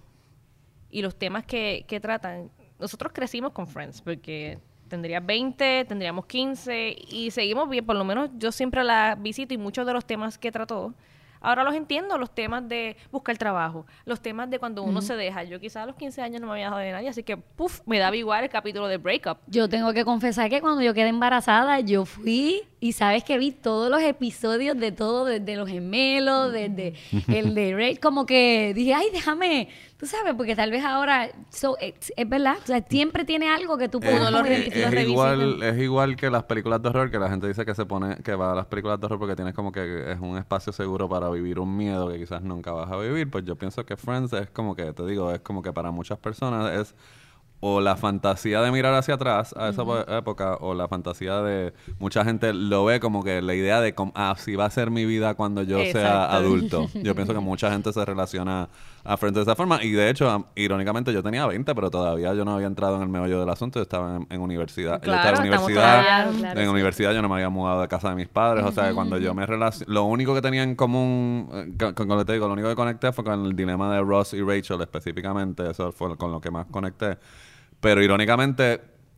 Y los temas que, que tratan... Nosotros crecimos con Friends, porque tendría veinte, tendríamos quince, y seguimos bien. Por lo menos yo siempre la visito y muchos de los temas que trató... Ahora los entiendo, los temas de buscar trabajo, los temas de cuando uno uh-huh. se deja. Yo quizás a los quince años no me había dejado de nadie, así que, puf, me daba igual el capítulo de Breakup. Yo tengo que confesar que cuando yo quedé embarazada, yo fui y sabes que vi todos los episodios de todo, desde los gemelos, desde el de Ray, como que dije, ay, déjame, tú sabes, porque tal vez ahora, so, es, es verdad, o sea, siempre tiene algo que tú puedes eh, como eh, identificar. Es igual, es igual que las películas de horror, que la gente dice que se pone, que va a las películas de horror porque tienes como que es un espacio seguro para vivir un miedo que quizás nunca vas a vivir. Pues yo pienso que Friends es como que, te digo, es como que para muchas personas es o la fantasía de mirar hacia atrás a esa uh-huh. época, o la fantasía de... Mucha gente lo ve como que la idea de, como, ah, si va a ser mi vida cuando yo Exacto. sea adulto. Yo pienso que mucha gente se relaciona a Friends de esa forma. Y de hecho, irónicamente, yo tenía veinte, pero todavía yo no había entrado en el meollo del asunto. Yo estaba en, en universidad. Claro, yo estaba en universidad. Claro, claro, en sí. universidad yo no me había mudado de casa de mis padres. Uh-huh. O sea, que cuando yo me relacioné... Lo único que tenía en común, eh, con, con lo que te digo, lo único que conecté fue con el dilema de Ross y Rachel específicamente. Eso fue con lo que más conecté. Pero irónicamente,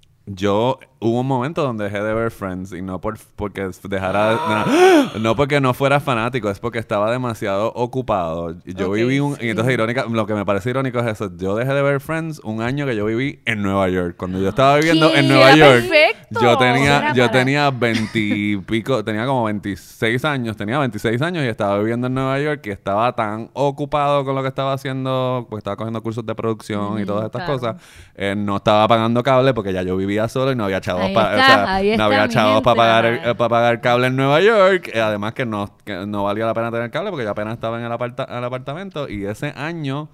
yo hubo un momento donde dejé de ver Friends y no por porque dejara no, no porque no fuera fanático, es porque estaba demasiado ocupado. Yo okay, viví un sí. y entonces irónica, lo que me parece irónico es eso. Yo dejé de ver Friends un año que yo viví en Nueva York. Cuando yo estaba viviendo ¿Qué? en Nueva Era York, perfecto. yo tenía Era yo para... tenía veintipico, tenía como veintiséis años, tenía veintiséis años y estaba viviendo en Nueva York y estaba tan ocupado con lo que estaba haciendo, pues estaba cogiendo cursos de producción mm, y todas estas claro. cosas. Eh, no estaba pagando cable porque ya yo vivía solo y no había chavos para o sea, no había chavos para pagar eh, para pagar cable en Nueva York. Eh, además que no, que no valía la pena tener cable porque yo apenas estaba en el, aparta- el apartamento. Y ese año,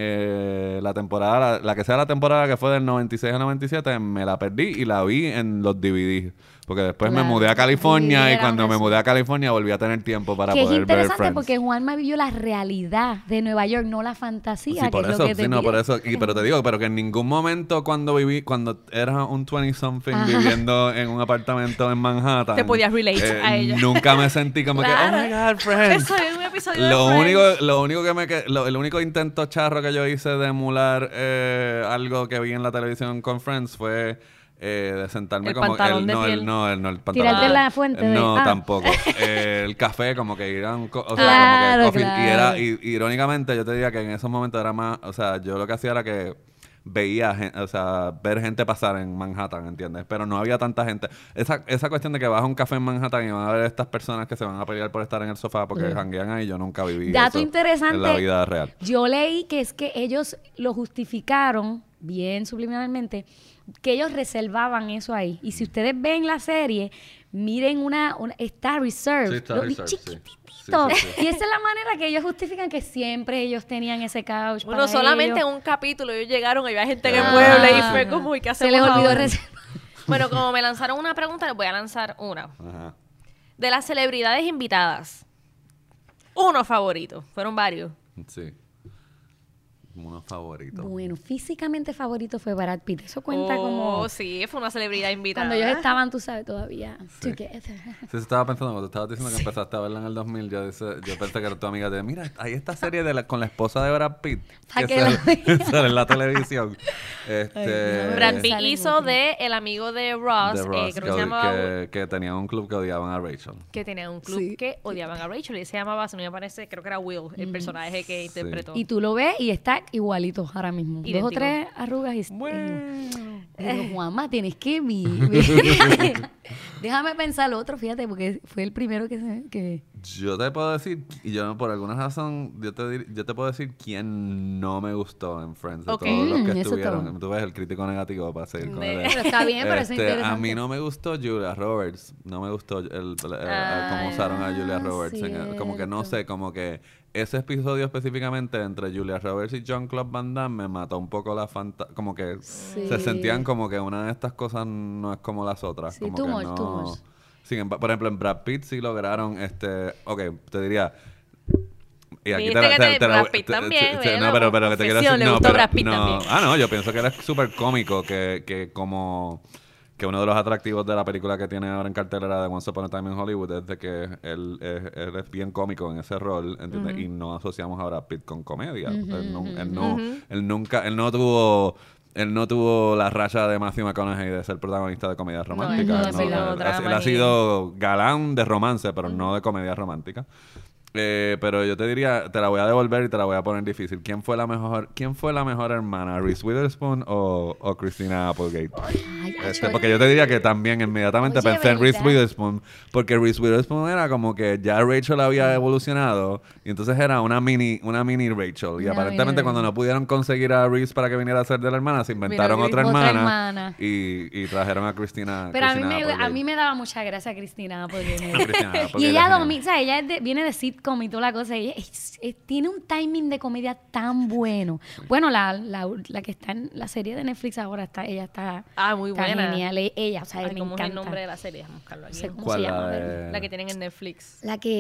eh, la temporada, la, la que sea la temporada que fue del noventa y seis a noventa y siete, me la perdí y la vi en los D V Ds. Porque después claro. me mudé a California sí, y cuando me mudé a California volví a tener tiempo para que poder ver Friends. Es interesante porque Juanma vivió la realidad de Nueva York, no la fantasía. Sí, por que eso, es lo que sí, no, por eso. Y, pero te digo, pero que en ningún momento cuando viví, cuando era un twenty-something viviendo en un apartamento en Manhattan... Te podías relate eh, a ella. Nunca me sentí como claro. que, oh my God, Friends. Eso es un episodio lo de único, Friends. Lo único que me... Que, lo, el único intento charro que yo hice de emular eh, algo que vi en la televisión con Friends fue... Eh, de sentarme el como pantalón el, de no, piel. el no el no el pantalón tirarte de, la fuente de... no ah. tampoco eh, el café como que ir a un co- o sea claro, como que coffee claro. y era y, irónicamente yo te diría que en esos momentos era más o sea yo lo que hacía era que veía gen- o sea ver gente pasar en Manhattan, ¿entiendes? Pero no había tanta gente. Esa esa cuestión de que vas a un café en Manhattan y van a ver estas personas que se van a pelear por estar en el sofá porque janguean ahí, yo nunca viví Dato eso interesante en la vida real. Yo leí que es que ellos lo justificaron bien subliminalmente, que ellos reservaban eso ahí. Y si ustedes ven la serie, miren una... una está reserved. Sí, está lo, reserved, chiquitito. sí. Sí, sí, sí. Y esa es la manera que ellos justifican que siempre ellos tenían ese couch Bueno, para solamente ellos. en un capítulo ellos llegaron y había gente en el Ah, pueblo y sí, fue sí. como, ¿y qué Se hacemos les olvidó ahora? reservar. Bueno, como me lanzaron una pregunta, les voy a lanzar una. Ajá. De las celebridades invitadas, uno favorito. Fueron varios. Sí. Uno favorito. Bueno, físicamente favorito fue Brad Pitt. Eso cuenta oh, como... sí, fue una celebridad invitada. Cuando ellos estaban, tú sabes, todavía Sí. together. Sí, estaba pensando, cuando estabas diciendo que empezaste a verla en el dos mil, yo, dice, yo pensé que era tu amiga de, mira, hay esta serie de la, con la esposa de Brad Pitt Pa' que que la sale, vea. sale en la televisión. Este, Ay, Brad Eh, Pitt salen hizo mucho. de el amigo de Ross, de eh, Ross, creo que, que se llamaba... que, que tenía un club que odiaban a Rachel. que tenía un club Sí. que odiaban a Rachel y se llamaba, si no me parece, creo que era Will, el personaje que interpretó. Y tú lo ves y está igualito ahora mismo. Idéntico. Dos o tres arrugas y... Bueno. Pero Juanma, tienes que vivir. Déjame pensar lo otro, fíjate, porque fue el primero que... Se, que... Yo te puedo decir, y yo por alguna razón, yo te, dir- yo te puedo decir quién no me gustó en Friends, de Ok. todos los Mm, que eso estuvieron. todo. Tú ves el crítico negativo para seguir con De- el... Pero está bien, pero eso es Este, interesante. a mí no me gustó Julia Roberts. No me gustó el, el- el- Ah, cómo usaron a Julia Roberts. en el- como que no cierto. sé, como que ese episodio específicamente entre Julia Roberts y John Claude Van Damme me mató un poco la fantasía. Como que Sí. se sentían como que una de estas cosas no es como las otras. Sí, como too que much, no... too much. Sin emba- por ejemplo, en Brad Pitt sí lograron, este... Ok, te diría... Y Viste que te- Brad Pitt también, no, bueno, pero, pero que te quiero confesión, decir... le No, gustó pero, Brad Pitt no. también. Ah, no, yo pienso que él es súper cómico, que, que como... Que uno de los atractivos de la película que tiene ahora en cartelera de Once Upon a Time in Hollywood es de que él es, él es bien cómico en ese rol, ¿entiendes? Y no asociamos a Brad Pitt con comedia. él, no, él, no, él nunca... Él no tuvo... Él no tuvo la racha de Matthew McConaughey de ser protagonista de comedia romántica. él ha sido él, él drama ha y- sido galán de romance, pero no de comedia romántica. Eh, pero yo te diría, te la voy a devolver y te la voy a poner difícil. ¿Quién fue la mejor, quién fue la mejor hermana? ¿Reese Witherspoon o, o Christina Applegate? Ay, Este, acho, porque yo te diría que también inmediatamente Oye, pensé en Reese ¿verdad? Witherspoon, porque Reese Witherspoon era como que ya Rachel había evolucionado y entonces era una mini, una mini Rachel. Y Una aparentemente mini cuando Rachel. no pudieron conseguir a Reese para que viniera a ser de la hermana, se inventaron Vino otra Reese. hermana, Otra hermana. Y, y trajeron a Christina. Pero a mí, Christina me, a Applegate. mí me daba mucha gracia Cristina porque A Christina Applegate y es ella genial. domina, o sea, ella es de- viene de sitcom y toda la cosa. Ella es- es- tiene un timing de comedia tan bueno. Bueno, la, la, la que está en la serie de Netflix ahora está, ella está, Ah, muy está buena. genial. E- Ella, o sea, Ay, me ¿cómo es encanta. el nombre de la serie? Déjame buscarlo aquí. No sé cómo ¿Cuál? se llama. La pero- de- La que tienen en Netflix. La que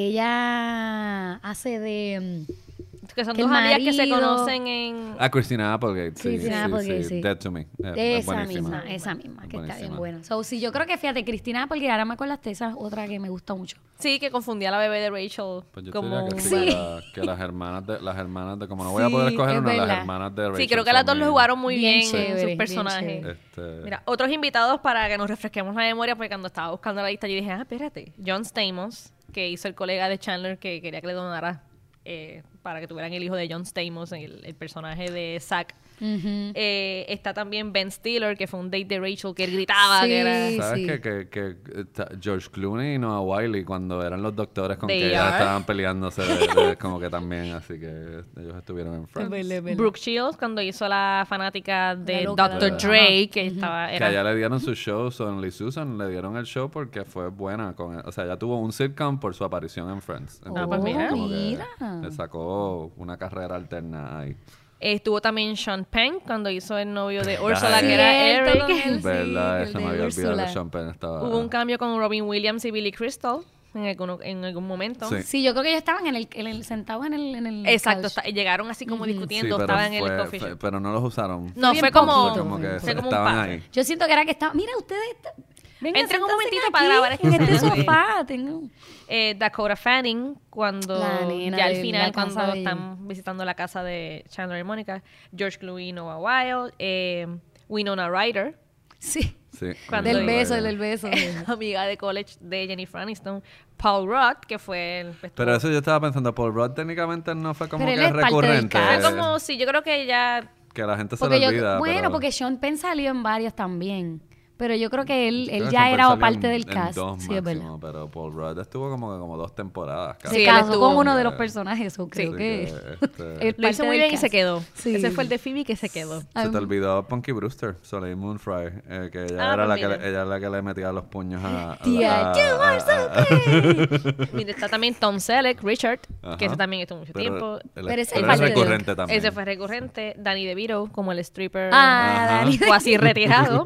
ella hace de... mm, Que son que dos el amigas que se marido- conocen en... Ah, Christina Applegate, sí. Christina sí, Applegate, sí. sí. Dead to Me. Eh, es esa buenísima. misma, esa misma, que está bien Buenísima. buena. So, sí, yo creo que fíjate, Cristina, porque ahora me acordaste esa otra que me gusta mucho. Sí, que confundía a la bebé de Rachel Pues yo te como... diría que, sí, Sí. que la- que las hermanas de, las hermanas de, como no voy a Sí, poder escoger es una, las verdad. hermanas de Rachel. Sí, creo que las son dos lo mi- jugaron muy Bien bien, chévere, sus bien personajes. chévere. Este, Mira, otros invitados para que nos refresquemos la memoria, porque cuando estaba buscando la lista yo dije, ah, espérate, John Stamos, que hizo el colega de Chandler que quería que le donara eh, para que tuvieran el hijo de John Stamos, el, el personaje de Zack. Ujú. Eh, está también Ben Stiller, que fue un date de Rachel, que él gritaba, Sí. que era... ¿Sabes sí. que, que, que eh, ta- George Clooney y Noah Wiley cuando eran los doctores con They que ya are. estaban peleándose de- de- como que también, así que ellos estuvieron en Friends. Brooke Shields, cuando hizo a la fanática de La loca, doctor la loca. Dre, Ajá. que estaba... Que Era, allá le dieron su show, Son Lee Susan le dieron el show porque fue buena. Con, o sea, ella tuvo un sitcom por su aparición en Friends. Ah, pues mira. como que Mira. le sacó una carrera alterna ahí. Estuvo también Sean Penn, cuando hizo el novio de ¿Verdad? Ursula, que Cierto, era con Eric. él. Sí, ¿Verdad? el Eso de me había olvidado Úrsula. que Sean Penn estaba... Hubo un cambio con Robin Williams y Billy Crystal en algún, en algún momento. Sí. Sí, yo creo que ellos estaban en el, en el sentados en el, en el Exacto, couch. está- llegaron así como Sí, discutiendo, pero, estaban en fue- el coffee fue- shop. pero no los usaron. No, bien fue como, poquito, como que fue como un estaban pase. ahí. Yo siento que era que estaba... Mira, ustedes... está- vengan, Entren un siéntense momentito aquí, para grabar esta en este escena, sí. sofá. Tengo... Eh, Dakota Fanning, cuando La nena ya al de final, la casa cuando de- están visitando la casa de Chandler y Mónica, George Clooney y Noah Wild, eh, Winona Ryder, Sí. Sí. Cuando- Del y- beso, del beso. amiga de college de Jennifer Aniston, Paul Rudd, que fue el... Pero eso yo estaba pensando, Paul Rudd técnicamente no fue como Pero él que es parte del recurrente. cast. Fue como, sí, yo creo que ya... Que a la gente se Porque le yo, olvida. bueno, pero- porque Sean Penn salió en varios también. Pero yo creo que él, Yo él creo que ya Sean era Penn o salió parte en- del en cast. dos Sí, es verdad. máximo, pero Paul Rudd estuvo como que como dos temporadas. casi. Se Sí, él casó estuvo- con uno de los personajes, o creo Sí, que... que, este, él Lo hizo parte muy del bien y se cast. quedó. Sí. Ese fue el de Phoebe que se quedó. Se te olvidó Punky Brewster, Soleil Moonfry, eh, que ella Ah, era pues la que, mira. le, ella era la que le metía los puños a... a- Tía, a- you a- are so a- great. Mira, está también Tom Selleck, Richard, Ajá. que ese también estuvo mucho Pero tiempo. él- Pero él ese es es parte de- recurrente también. Ese fue recurrente. Danny DeVito, como el stripper Ah, Ajá. Dani. cuasi retirado.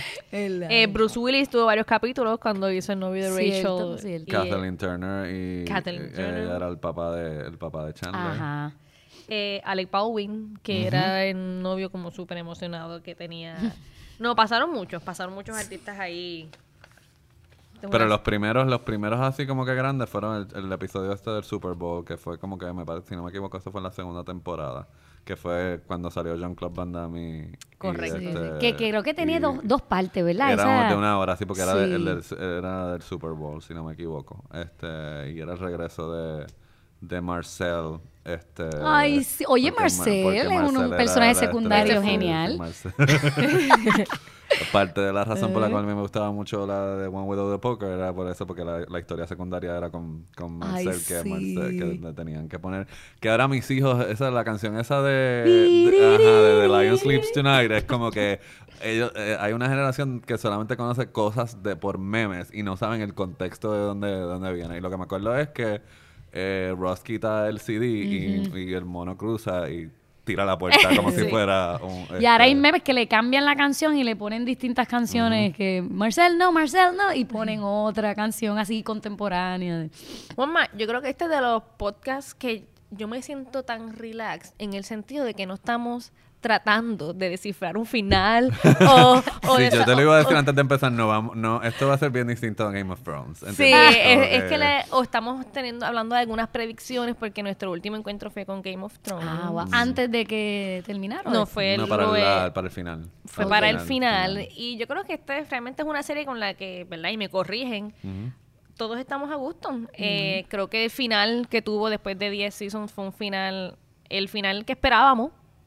El- Eh, Bruce Willis tuvo varios capítulos cuando hizo el novio de Cierto, Rachel. cierto. y, Kathleen Turner y... Kathleen y Turner. ella era el papá de, el papá de Chandler. Ajá. eh, Alec Baldwin, que uh-huh. era el novio como súper emocionado que tenía. No, pasaron muchos, pasaron muchos artistas ahí. Pero los primeros, los primeros así como que grandes fueron el, el episodio este del Super Bowl, que fue como que, me parece, si no me equivoco, eso fue en la segunda temporada, que fue cuando salió Jean-Claude Van Damme y... Correcto. Y este, que, que creo que tenía dos, dos partes, ¿verdad? Era Esa... de una hora, sí, porque sí. era, de, el del, era del Super Bowl, si no me equivoco. Este, y era el regreso de, de Marcel. Este, Ay, sí. Oye, Marcel es un, un personaje secundario genial. Parte de la razón por la cual a mí me gustaba mucho la de One Widow the Poker era por eso, porque la, la historia secundaria era con, con Marcel, Ay, que, sí. Marcel que le tenían que poner. Que ahora mis hijos, esa la canción esa de, de, ajá, de The Lion Sleeps Tonight, es como que ellos, eh, hay una generación que solamente conoce cosas de por memes y no saben el contexto de dónde, de dónde viene. Y lo que me acuerdo es que eh, Ross quita el C D uh-huh. y, y el mono cruza y tira la puerta como sí. si fuera un... Y este... ahora hay memes que le cambian la canción y le ponen distintas canciones uh-huh. que Marcel no, Marcel no, y ponen otra canción así contemporánea. Juanma, yo creo que este es de los podcasts que yo me siento tan relax en el sentido de que no estamos tratando de descifrar un final o, o sí, de, yo te lo iba a decir o, antes de empezar, no vamos, no, esto va a ser bien distinto a Game of Thrones. Sí, es, que... es que le, o estamos teniendo hablando de algunas predicciones porque nuestro último encuentro fue con Game of Thrones. Ah, wow. Antes de que terminara. No, fue el, no, para, fue, la, para el final. Fue para el final, final. Y yo creo que este realmente es una serie con la que, ¿verdad? Y me corrigen. Uh-huh. Todos estamos a gusto. Uh-huh. Eh, creo que el final que tuvo después de diez seasons fue un final, el final que esperábamos.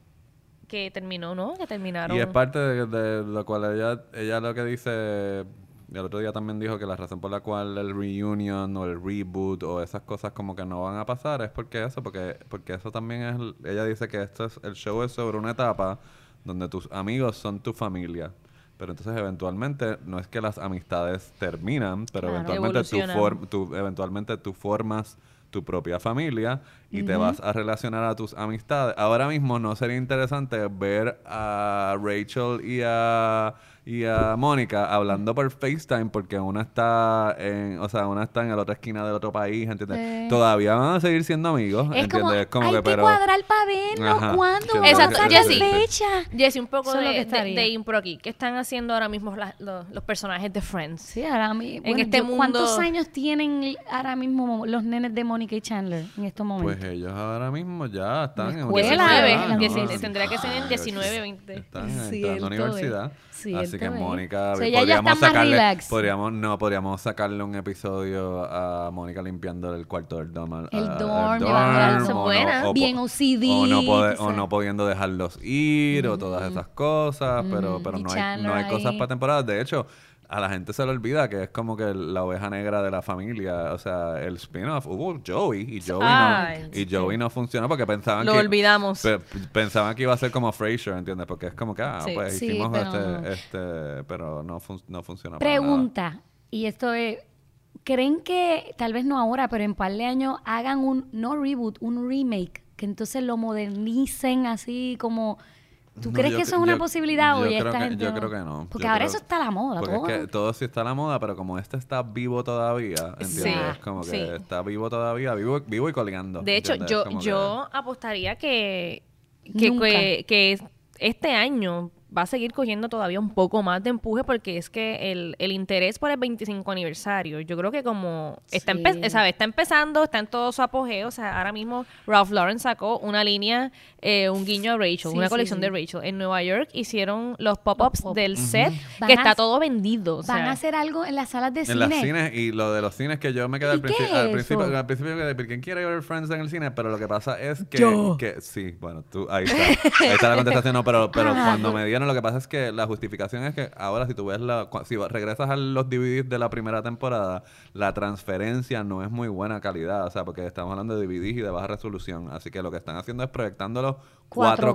Que terminó, ¿no? Que terminaron. Y es parte de, de lo cual ella, ella lo que dice, el otro día también dijo que la razón por la cual el reunion o el reboot o esas cosas como que no van a pasar es porque eso, porque, porque eso también es, ella dice que esto es, el show es sobre una etapa donde tus amigos son tu familia. Pero entonces eventualmente no es que las amistades terminan, pero claro, eventualmente tú, for, tú, eventualmente tú formas tu propia familia y uh-huh. te vas a relacionar a tus amistades. Ahora mismo no sería interesante ver a Rachel y a y a Mónica hablando por FaceTime porque una está en, o sea, una está en la otra esquina del otro país, ¿entiendes? Sí. Todavía van a seguir siendo amigos, es ¿entiendes? Como, es como hay que, que pero... cuadrar para vernos, ¿cuándo? Sí, exacto, Jessy, fecha. Jessy, un poco de, de, de impro aquí. ¿Qué están haciendo ahora mismo la, los, los personajes de Friends? Sí, ahora mismo. En bueno, este yo, mundo... ¿Cuántos años tienen ahora mismo los nenes de Mónica y Chandler en estos momentos? Pues ellos ahora mismo ya están en universidad. diecinueve, tendría que ser en diecinueve, veinte. Están entrando a la universidad. Así que Mónica, o sea, podríamos sacarle, podríamos, no, podríamos sacarle un episodio a Mónica limpiando el cuarto del dorm. El uh, dorm, el dorm o buena. No, o bien O C D. O no, pode, o no pudiendo dejarlos ir, mm. o todas esas cosas, mm. pero, pero no hay, no hay cosas para temporadas. De hecho, a la gente se le olvida que es como que la oveja negra de la familia. O sea, el spin-off hubo Joey y Joey, Ay, no, y Joey sí. no funcionó porque pensaban Lo que... Lo olvidamos. Pe, pensaban que iba a ser como Frasier, ¿entiendes? Porque es como que, ah, sí. pues sí, hicimos pero... este, este... Pero no, fun, no funcionó Pregunta, para nada. Y esto es... ¿Creen que, tal vez no ahora, pero en un par de años hagan un, no reboot, un remake? Que entonces lo modernicen así como... ¿Tú no, crees que eso es una yo, posibilidad? Yo, o creo esta que, gente yo no? creo que no. Porque yo ahora creo, eso está a la moda. Porque todo. es que todo sí está a la moda, pero como este está vivo todavía, ¿entiendes? Sí, es como que sí. está vivo todavía, vivo, vivo y colgando. De hecho, ¿entiendes? yo, como yo que... apostaría que, que, que, que este año va a seguir cogiendo todavía un poco más de empuje porque es que el, el interés por el veinticinco aniversario, yo creo que como está, sí. empe- ¿sabe? está empezando, está en todo su apogeo, o sea, ahora mismo Ralph Lauren sacó una línea, eh, un guiño a Rachel, sí, una colección sí, sí. de Rachel. En Nueva York hicieron los pop-ups pop. del set, uh-huh. que está a, todo vendido. O sea. Van a hacer algo en las salas de en cine. En las cines, y lo de los cines que yo me quedé al, principi- al principio, al principio de ¿quién quiere ver Friends en el cine? Pero lo que pasa es que, yo. que sí, bueno, tú, ahí está, ahí está la contestación, no, pero, pero ah, cuando me dieron, lo que pasa es que la justificación es que ahora si tú ves la, si regresas a los D V Ds de la primera temporada, la transferencia no es muy buena calidad, o sea, porque estamos hablando de D V Ds y de baja resolución, así que lo que están haciendo es proyectándolo cuatro K.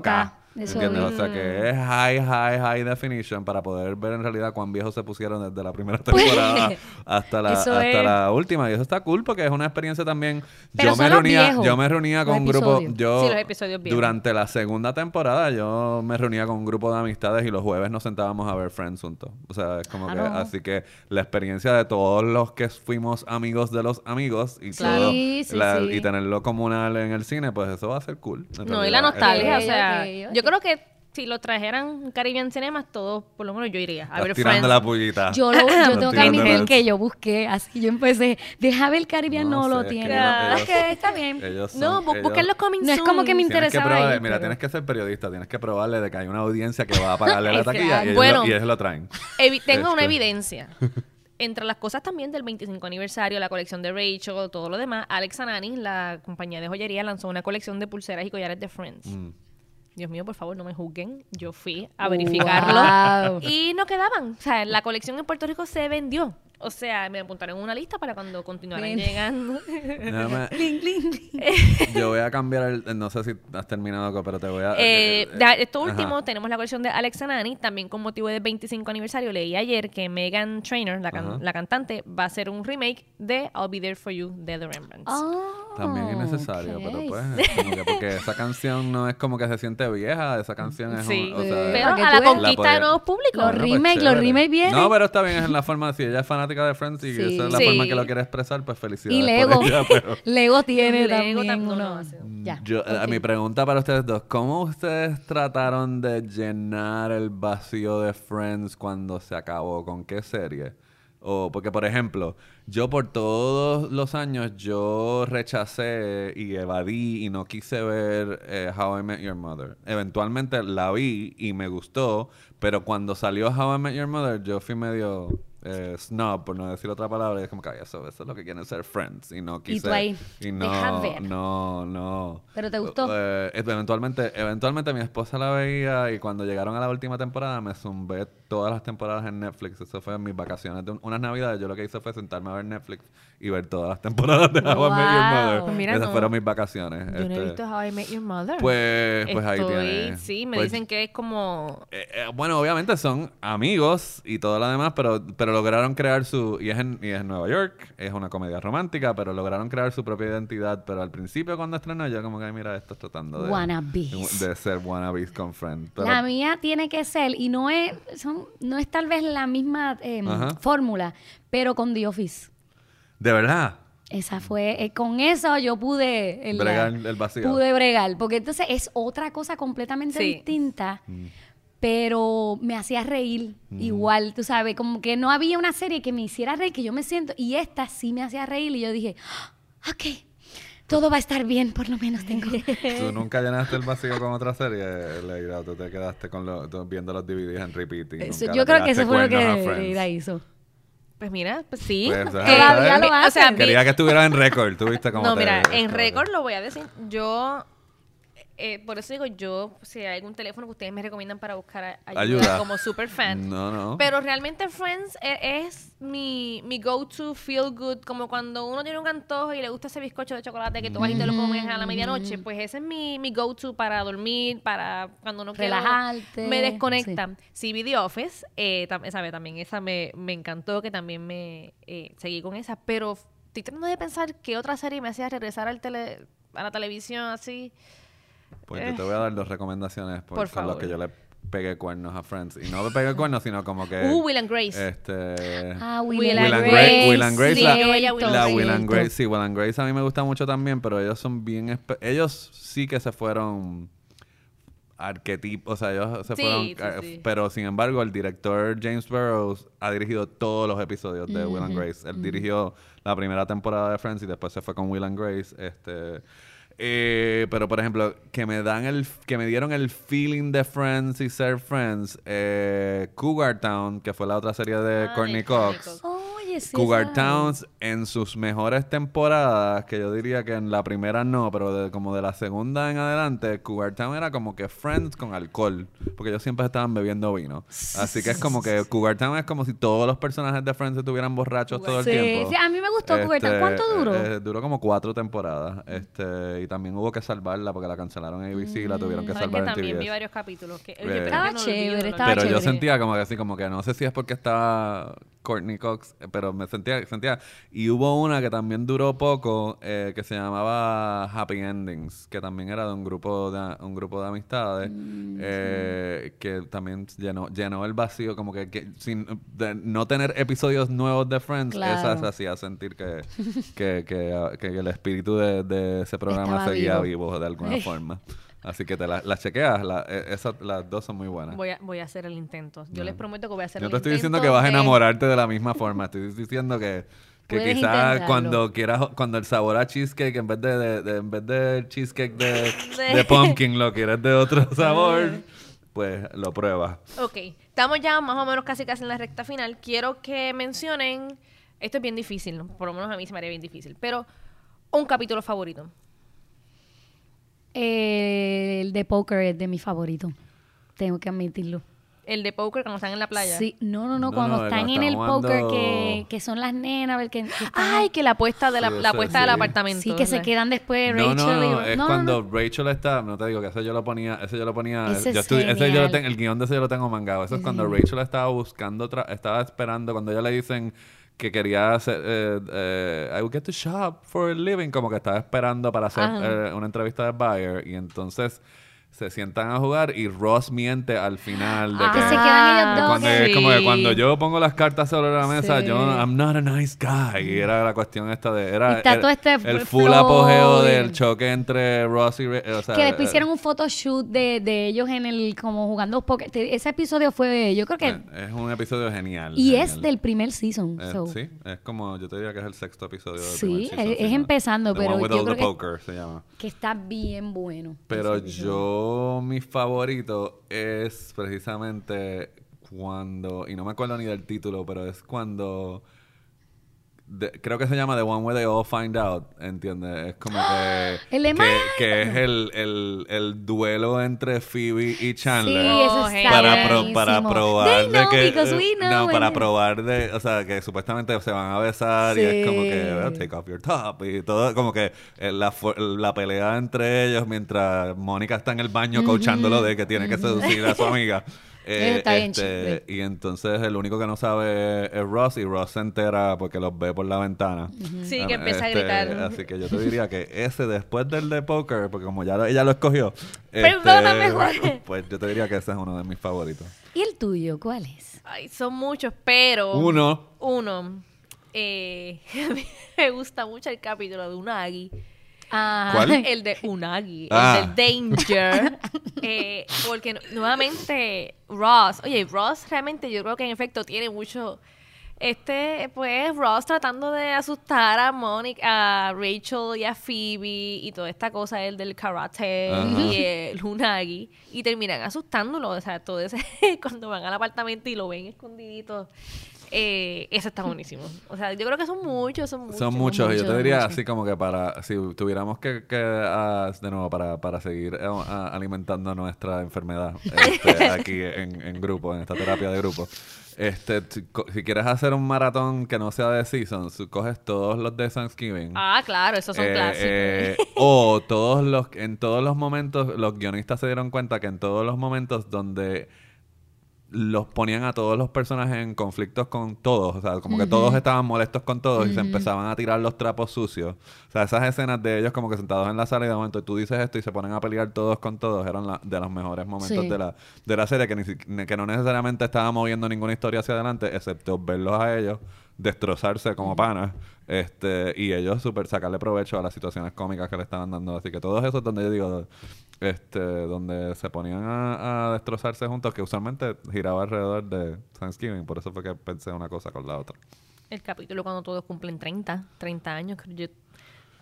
Eso ¿Entiendes? vi. O sea que es high, high, high definition para poder ver en realidad cuán viejos se pusieron desde la primera Pues, temporada hasta la eso hasta es. la última. Y eso está cool porque es una experiencia también. Pero yo son me los reunía, viejos, yo me reunía con los un grupo. episodios. Yo Sí, los episodios viejos. durante la segunda temporada yo me reunía con un grupo de amistades y los jueves nos sentábamos a ver Friends juntos. O sea, es como Claro. que así que la experiencia de todos los que fuimos amigos de los amigos y Sí, todo sí, la- sí. y tenerlo comunal en el cine, pues eso va a ser cool. en No, y realidad. la nostalgia, Ok, o sea, ok, ok. yo creo que si lo trajeran Caribbean Cinemas, todos, por lo menos yo iría a Estás ver tirando Friends. la pullita. Yo, lo, yo Estás tengo que tirando admitir la- que yo busqué, así yo empecé, deja ver el Caribbean, No no, lo sé, es que tiene. ellos- Ok, está bien. Ellos son- No, bu- ellos- busquen los coming No es como que me soon. Tienes que interesaba probar, ir, mira, pero- tienes que ser periodista, tienes que probarle de que hay una audiencia que va a pagarle la taquilla y ellos, Bueno. lo, y ellos lo traen. Evi- tengo una Este. evidencia. Entre las cosas también del veinticinco aniversario, la colección de Rachel, todo lo demás, Alex Anani, la compañía de joyería, lanzó una colección de pulseras y collares de Friends. Mm. Dios mío, por favor, no me juzguen. Yo fui a verificarlo. Wow. Y no quedaban. O sea, la colección en Puerto Rico se vendió. O sea, me apuntaron en una lista para cuando continuaran Ven. llegando. Déjame- Cling, cling, cling. yo voy a cambiar el, no sé si has terminado, pero te voy a... Eh, eh, ya, esto ajá. último, tenemos la colección de Alex Anani, también con motivo del veinticinco aniversario. Leí ayer que Megan Trainor, la, can- Ajá. la cantante, va a hacer un remake de I'll Be There For You de The Rembrandts. Oh, También es necesario, ok. pero pues es como que porque esa canción no es como que se siente vieja, esa canción es Sí, un, o sea, pero Para que a tú la veas. conquista La podía- de nuevos públicos. Los Bueno, pues, remake, los chévere. remake vienen. No, pero está bien, es en la forma, si ella es fanática de Friends y Sí. esa es la Sí. forma que lo quiere expresar, pues felicidades Y Lego. por ella, pero... Lego tiene Lego también tam- no, uno. no, hace- Ya. Yo, eh, ok. Mi pregunta para ustedes dos, ¿cómo ustedes trataron de llenar el vacío de Friends cuando se acabó? ¿Con qué serie? O porque, por ejemplo, yo por todos los años yo rechacé y evadí y no quise ver eh, How I Met Your Mother. Eventualmente la vi y me gustó, pero cuando salió How I Met Your Mother yo fui medio eh, snob, por no decir otra palabra, y es como que "Ay, eso, eso es lo que quieren ser Friends", y no quise... tú ahí, y no, deja ver. no, no. ¿Pero te gustó? Eh, eventualmente, eventualmente mi esposa la veía y cuando llegaron a la última temporada me zumbé todas las temporadas en Netflix. Eso fue en mis vacaciones de un- unas navidades. Yo lo que hice fue sentarme a ver Netflix y ver todas las temporadas de How I Met Your Wow. Mother. Pues mira, Esas no. fueron mis vacaciones. Yo no he Este, visto How I Met Your Mother. Pues, pues ahí Estoy- tienes. Sí, me Pues, dicen que es como... eh, eh, bueno, obviamente son amigos y todo lo demás, pero, pero lograron crear su... Y es, en, y es en Nueva York, es una comedia romántica, pero lograron crear su propia identidad. Pero al principio cuando estrenó yo como que, "Ay, mira, esto es tratando de... Wannabes. De ser wannabes con Friends. Pero, La mía tiene que ser, y no es, son, no es tal vez la misma eh, Ajá. fórmula, pero con The Office. de verdad, Esa fue, eh, con eso yo pude... el- bregar el vacío. Pude bregar, porque entonces es otra cosa completamente Sí. distinta, Mm. pero me hacía reír igual, tú sabes, como que no había una serie que me hiciera reír, que yo me siento, y esta sí me hacía reír, y yo dije, "Ah, ok, todo va a estar bien, por lo menos tengo... ¿Tú nunca llenaste el vacío con otra serie, Leira? ¿Tú te quedaste con lo, tú viendo los D V Ds en repeat? Y Eso- nunca yo le creo que pegaste eso fue lo cuernos a que Friends? Leira hizo. Pues mira, pues sí. Pues, Eh, ajá, Todavía ¿sabes? lo o sea, hacen. vi- Quería que estuviera en récord, ¿tú viste cómo No, te- mira, en cómo te- récord lo voy a decir. Yo, eh, por eso digo, yo, si hay algún teléfono que ustedes me recomiendan para buscar a- ayuda, Ayuda. como super fan. No, no. Pero realmente Friends e- es mi, mi go-to feel good, como cuando uno tiene un antojo y le gusta ese bizcocho de chocolate que tú vas y te lo comes a la medianoche, pues ese es mi, mi go-to para dormir, para cuando no quiero... Relajarte. Me desconecta. Sí, vi The Office, eh, tam- sabe, también esa me, me encantó, que también me eh, seguí con esa, pero estoy tratando de pensar qué otra serie me hacía regresar al tele, a la televisión así. Pues yo te voy a dar dos recomendaciones por, Por con los favor. que yo le pegué cuernos a Friends. Y no me pegué cuernos, sino como que... Uh, Will and Grace. Este... Ah, Will, Will and and Grace. Grace, Will and Grace, Sí, la, yo veía Will and la Grace. Will and Cierto. Grace, sí, Will and Grace a mí me gusta mucho también, pero ellos son bien, espe- ellos sí que se fueron arquetipos, o sea, ellos se Sí, fueron, sí, eh, sí. pero sin embargo el director James Burrows ha dirigido todos los episodios de Will and Ujú, Grace. Él dirigió la primera temporada de Friends y después se fue con Will and Grace, este... Eh, pero por ejemplo, que me dan el que me dieron el feeling de Friends y ser Friends, eh, Cougar Town, que fue la otra serie de Ah, Courtney de Courtney Cox. Cox. Oye, sí, Cougar esa- Towns en sus mejores temporadas, que yo diría que en la primera no, pero de, como de la segunda en adelante, Cougar Town era como que Friends con alcohol, porque ellos siempre estaban bebiendo vino. Así que es como que Cougar Town es como si todos los personajes de Friends estuvieran borrachos todo el Sí, tiempo. sí, a mí me gustó Cougar Town. Este, ¿Cuánto duró? eh, eh, duró como cuatro temporadas. Este, y también hubo que salvarla porque la cancelaron en A B C y la tuvieron que Sabes que salvar en también vi T V S. varios capítulos. Que, Eh, oye, pero Estaba es que no chévere, olvido, no estaba Pero olvido. yo chévere. sentía como que así, como que no sé si es porque estaba Courtney Cox, eh, pero me sentía, sentía. Y hubo una que también duró poco, eh, que se llamaba Happy Endings, que también era de un grupo de un grupo de amistades, eh, que también llenó, llenó el vacío, como que, que sin de no tener episodios nuevos de Friends, Claro. esa se hacía sentir que, que, que, ah, que el espíritu de, de ese programa Estaba seguía vivo. vivo de alguna forma. Así que te las la chequeas, la, eh, esas, las dos son muy buenas. Voy a, voy a hacer el intento. Yo les prometo que voy a hacer Yo el te estoy intento diciendo que vas a de- enamorarte de la misma forma. Estoy diciendo que, que Puedes quizás intentarlo. cuando quieras, cuando el sabor a cheesecake, en vez de, de- de- en vez de cheesecake de, De- de pumpkin, lo quieres de otro sabor, pues lo pruebas. Ok, estamos ya más o menos casi casi en la recta final. Quiero que mencionen, esto es bien difícil, ¿no? Por lo menos a mí se me haría bien difícil, pero un capítulo favorito. Eh, el de Poker es de mi favorito. Tengo que admitirlo. El de poker cuando están en la playa. Sí, no, no, no, No, cuando no, están cuando en el están poker, jugando- que, que son las nenas, ver que, que están- Ay, que la apuesta de la, Sí, la eso apuesta sí. del apartamento. sí, que se ¿verdad? quedan después No, Rachel no, no, y... es no, no, cuando no. Rachel está, no te digo que ese yo lo ponía, ese yo lo ponía, Ese yo es estoy- ese yo lo genial. tengo, el guión de ese yo lo tengo mangado. Eso es cuando Sí. Rachel estaba buscando, otra, estaba esperando, cuando ella le dicen que quería hacer, eh, eh, I would get to shop for a living, como que estaba esperando para hacer Ajá. eh, una entrevista de buyer, y entonces se sientan a jugar y Ross miente al final de Ah, que, que se quedan ellos de dos. cuando, sí. es como que cuando yo pongo las cartas sobre la mesa, Sí. yo I'm not a nice guy. Y era la cuestión esta de, era Y está el, todo este el full flow apogeo y- del choque entre Ross y Ra- o sea, Que después eh, hicieron un photoshoot de, de ellos en el, como jugando poker. Te- Ese episodio fue, yo creo que... eh, es un episodio genial. y genial. es del primer season. Eh, so. sí, es como, yo te diría que es el sexto episodio del Sí, primer season, es- se es llama. empezando, The pero One with yo all creo the que- poker se llama. Que está bien bueno. Pero ese episodio. yo, mi favorito es precisamente cuando, y no me acuerdo ni del título, pero es cuando, de- creo que se llama The One Where They All Find Out, ¿entiendes? Es como que, El de que, Mike. que es el, el, el duelo entre Phoebe y Chandler. Sí, Oh, eso está para, pro- buenísimo. para probar They know de que because we eh, know no para and- probar de, o sea, que supuestamente se van a besar y es como que Sí. well, take off your top y todo como que eh, la, fu- la pelea entre ellos mientras Mónica está en el baño coachándolo de que tiene que seducir a su amiga. Eh, Está bien este, chévere. y entonces el único que no sabe es Ross y Ross se entera porque los ve por la ventana. Sí, Ah, que empieza a este, gritar. Así que yo te diría que ese después del de poker, porque como ya lo- ella lo escogió, Perdóname, este, Juan. pues yo te diría que ese es uno de mis favoritos. ¿Y el tuyo cuál es? Ay, son muchos, pero... Uno. Uno. Eh, a mí me gusta mucho el capítulo de Unagi. Ah, ¿Cuál? El de Unagi, Ah. el del Danger. Eh, porque nu- nuevamente Ross, oye, Ross realmente yo creo que en efecto tiene mucho... Este, pues, Ross tratando de asustar a Mónica, a Rachel y a Phoebe y toda esta cosa él del karate Ajá. y el Unagi y terminan asustándolo, o sea, todo ese cuando van al apartamento y lo ven escondidito. Eh, eso está buenísimo. O sea, yo creo que son muchos, son muchos. Son muchos. y yo te muchos, diría muchos. así como que para... Si tuviéramos que... que ah, de nuevo, para, para seguir eh, ah, alimentando nuestra enfermedad este, aquí en, en grupo, en esta terapia de grupo. Este, si, co- si quieres hacer un maratón que no sea de seasons, tú coges todos los de Thanksgiving. Ah, claro, esos son Eh, clásicos. eh, o todos los... En todos los momentos, los guionistas se dieron cuenta que en todos los momentos donde los ponían a todos los personajes en conflictos con todos, o sea, como que todos estaban molestos con todos y se empezaban a tirar los trapos sucios. O sea, esas escenas de ellos como que sentados en la sala y de momento tú dices esto y se ponen a pelear todos con todos eran la- de los mejores momentos Sí. de la de la serie que, ni, si- que no necesariamente estaba moviendo ninguna historia hacia adelante, excepto verlos a ellos destrozarse como panas este y ellos súper sacarle provecho a las situaciones cómicas que le estaban dando. Así que todos esos donde yo digo este donde se ponían a, a destrozarse juntos, que usualmente giraba alrededor de Thanksgiving, por eso fue que pensé una cosa con la otra. El capítulo cuando todos cumplen treinta, treinta años. creo Yo,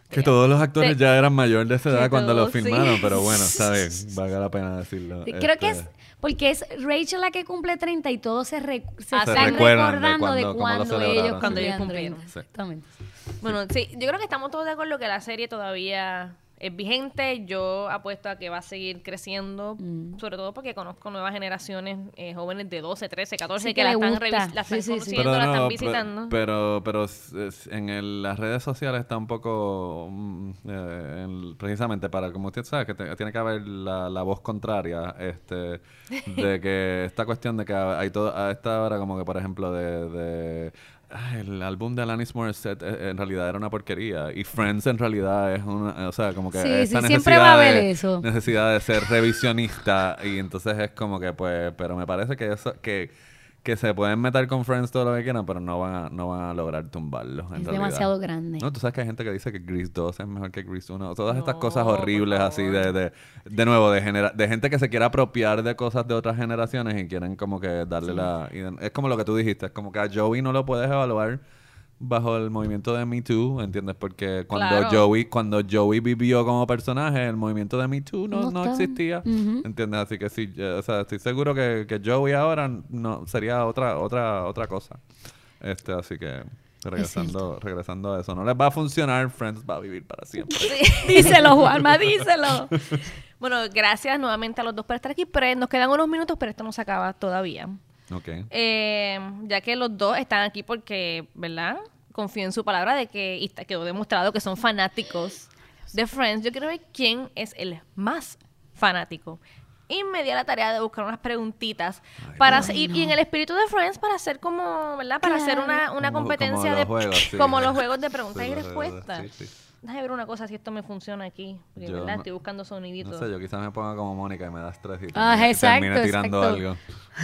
Que todos los actores Te- ya eran mayores de esa edad que cuando lo todos, sí. filmaron, pero bueno, está bien, valga la pena decirlo. Sí, creo que es Este, porque es Rachel la que cumple treinta y todos se, re- se Ah, están se recuerdan de recordando de cuando- cómo lo cuando celebraron, ellos sí. Cuando ellos cumplían cumplieron. treinta. Exactamente. Bueno, sí, yo creo que estamos todos de acuerdo que la serie todavía es vigente. Yo apuesto a que va a seguir creciendo, Mm. sobre todo porque conozco nuevas generaciones, eh, jóvenes de doce, trece, catorce, Sí, que, que la le están, gusta. revis- la Sí, están sí, sí. conociendo, Pero la no, están pe- visitando. pero, pero s- es- en el- las redes sociales está un poco, mm, eh, en- precisamente para, como usted sabe, que te- tiene que haber la, la voz contraria, este, de que esta cuestión de que hay todo, a esta hora como que, por ejemplo, de... de ah, el álbum de Alanis Morissette eh, en realidad era una porquería y Friends en realidad es una, o sea, como que Sí, esta sí, siempre va a necesidad haber de, eso. necesidad de ser revisionista y entonces es como que pues, pero me parece que eso, que, que se pueden meter con Friends todo lo que quieran, pero no van a, no van a lograr tumbarlo. En Es realidad. demasiado grande. No, tú sabes que hay gente que dice que Grease dos es mejor que Grease uno. Todas estas No, cosas por horribles así de, favor. de, de nuevo, de genera de gente que se quiere apropiar de cosas de otras generaciones y quieren como que darle la... y es como lo que tú dijiste, es como que a Joey no lo puedes evaluar bajo el movimiento de Me Too, ¿entiendes? Porque cuando Claro. Joey cuando Joey vivió como personaje, el movimiento de Me Too no, No no está. existía, Ujú. ¿entiendes? Así que sí, eh, o sea, estoy seguro que, que Joey ahora no sería otra otra otra cosa. Este, así que regresando regresando a eso, no les va a funcionar, Friends va a vivir para siempre. Díselo, Juanma, díselo. Bueno, gracias nuevamente a los dos por estar aquí, pero nos quedan unos minutos, pero esto no se acaba todavía. Okay. Eh, ya que los dos están aquí porque, ¿verdad? Confío en su palabra de que y está- quedó demostrado que son fanáticos de Friends. Yo quiero ver quién es el más fanático. Y me di a la tarea de buscar unas preguntitas para hacer- y, y en el espíritu de Friends para hacer como, ¿verdad? Para hacer una, una Como- competencia como de los juegos, sí. como los juegos de preguntas Sí, y los juegos de- respuestas. sí, sí. Déjame ver una cosa si esto me funciona aquí, porque Yo ¿verdad? no- Estoy buscando soniditos. No sé, yo quizás me ponga como Mónica y me da estrés y Ah, termine, exacto, termine tirando exacto. algo.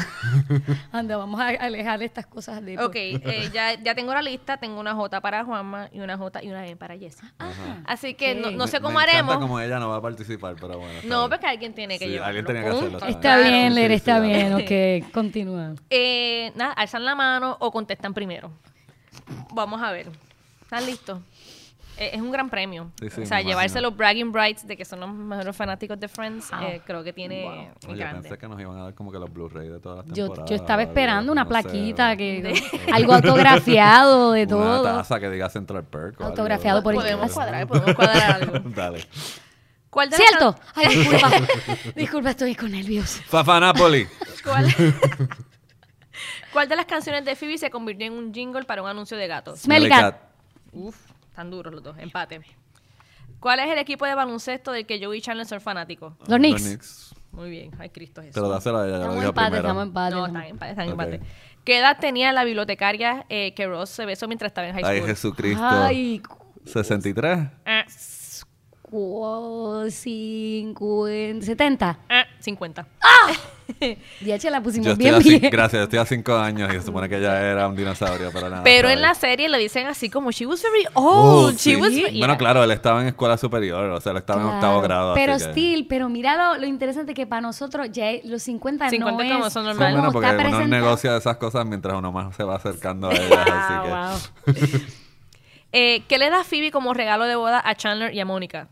Anda, vamos a alejar estas cosas de... Ok, eh, ya, ya tengo la lista. Tengo una J para Juanma y una J y una E para Jessie. Así que no, Ok. no sé Me- cómo me encanta haremos. como ella no va a participar, pero bueno. está No, bien. porque alguien tiene que Sí, llevarlo. alguien tenía que hacerlo, Punto. está Está Claro, bien, sí, Ler, sí, está sí, bien. dale. Ok, continúa. Eh, nada, alzan la mano o contestan primero. Vamos a ver. ¿Están listos? Eh, es un gran premio. Sí, sí, o sea, me llevarse imagino. los bragging rights de que son los mejores fanáticos de Friends, eh, creo que tiene Wow. es Oye, grande. pensé que nos iban a dar como que los Blu-ray de todas las Yo, temporadas. yo estaba o algo, esperando una no sé, plaquita, que De- algo autografiado de Una todo. taza que diga Central Perk. o algo. Autografiado por Podemos Iglesias. cuadrar, podemos cuadrar algo. Dale. ¿Cuál de las ¿Cierto? Ay, disculpa. Disculpa, estoy con nervios. Fafa Napoli. ¿Cuál? ¿Cuál de las canciones de Phoebe se convirtió en un jingle para un anuncio de gatos? Smelly Cat. Uf, están duros los dos. Empate. ¿Cuál es el equipo de baloncesto del que Joey y Chandler son fanáticos? Los Knicks. Muy bien. Ay, Cristo Jesús. Pero dásela a ella, ya lo Estamos dijo empate, primero. estamos empate. No, están en empate, están en Ok. empate. ¿Qué edad tenía la bibliotecaria eh, que Ross se besó mientras estaba en high Ay, school? Jesucristo. Ay, ¿sesenta y tres? Ah, cu- cincuenta, setenta. ah, cincuenta. D H la Yo pusimos estoy bien a cin- bien. gracias, yo estoy a cinco años y se supone que ella era un dinosaurio, pero nada. Pero en está la bien. serie le dicen así como, she was very Oh, old. she sí. was... Bueno, Yeah. claro, él estaba en escuela superior, o sea, él estaba en Claro, octavo grado. Pero así que- still, pero mira lo, lo interesante que para nosotros ya los cincuenta, cincuenta no como es son Sí, normales. bueno, como porque está uno presentado. negocia esas cosas mientras uno más se va acercando a ellas, así que... Wow. Eh, ¿Qué le da Phoebe como regalo de boda a Chandler y a Mónica?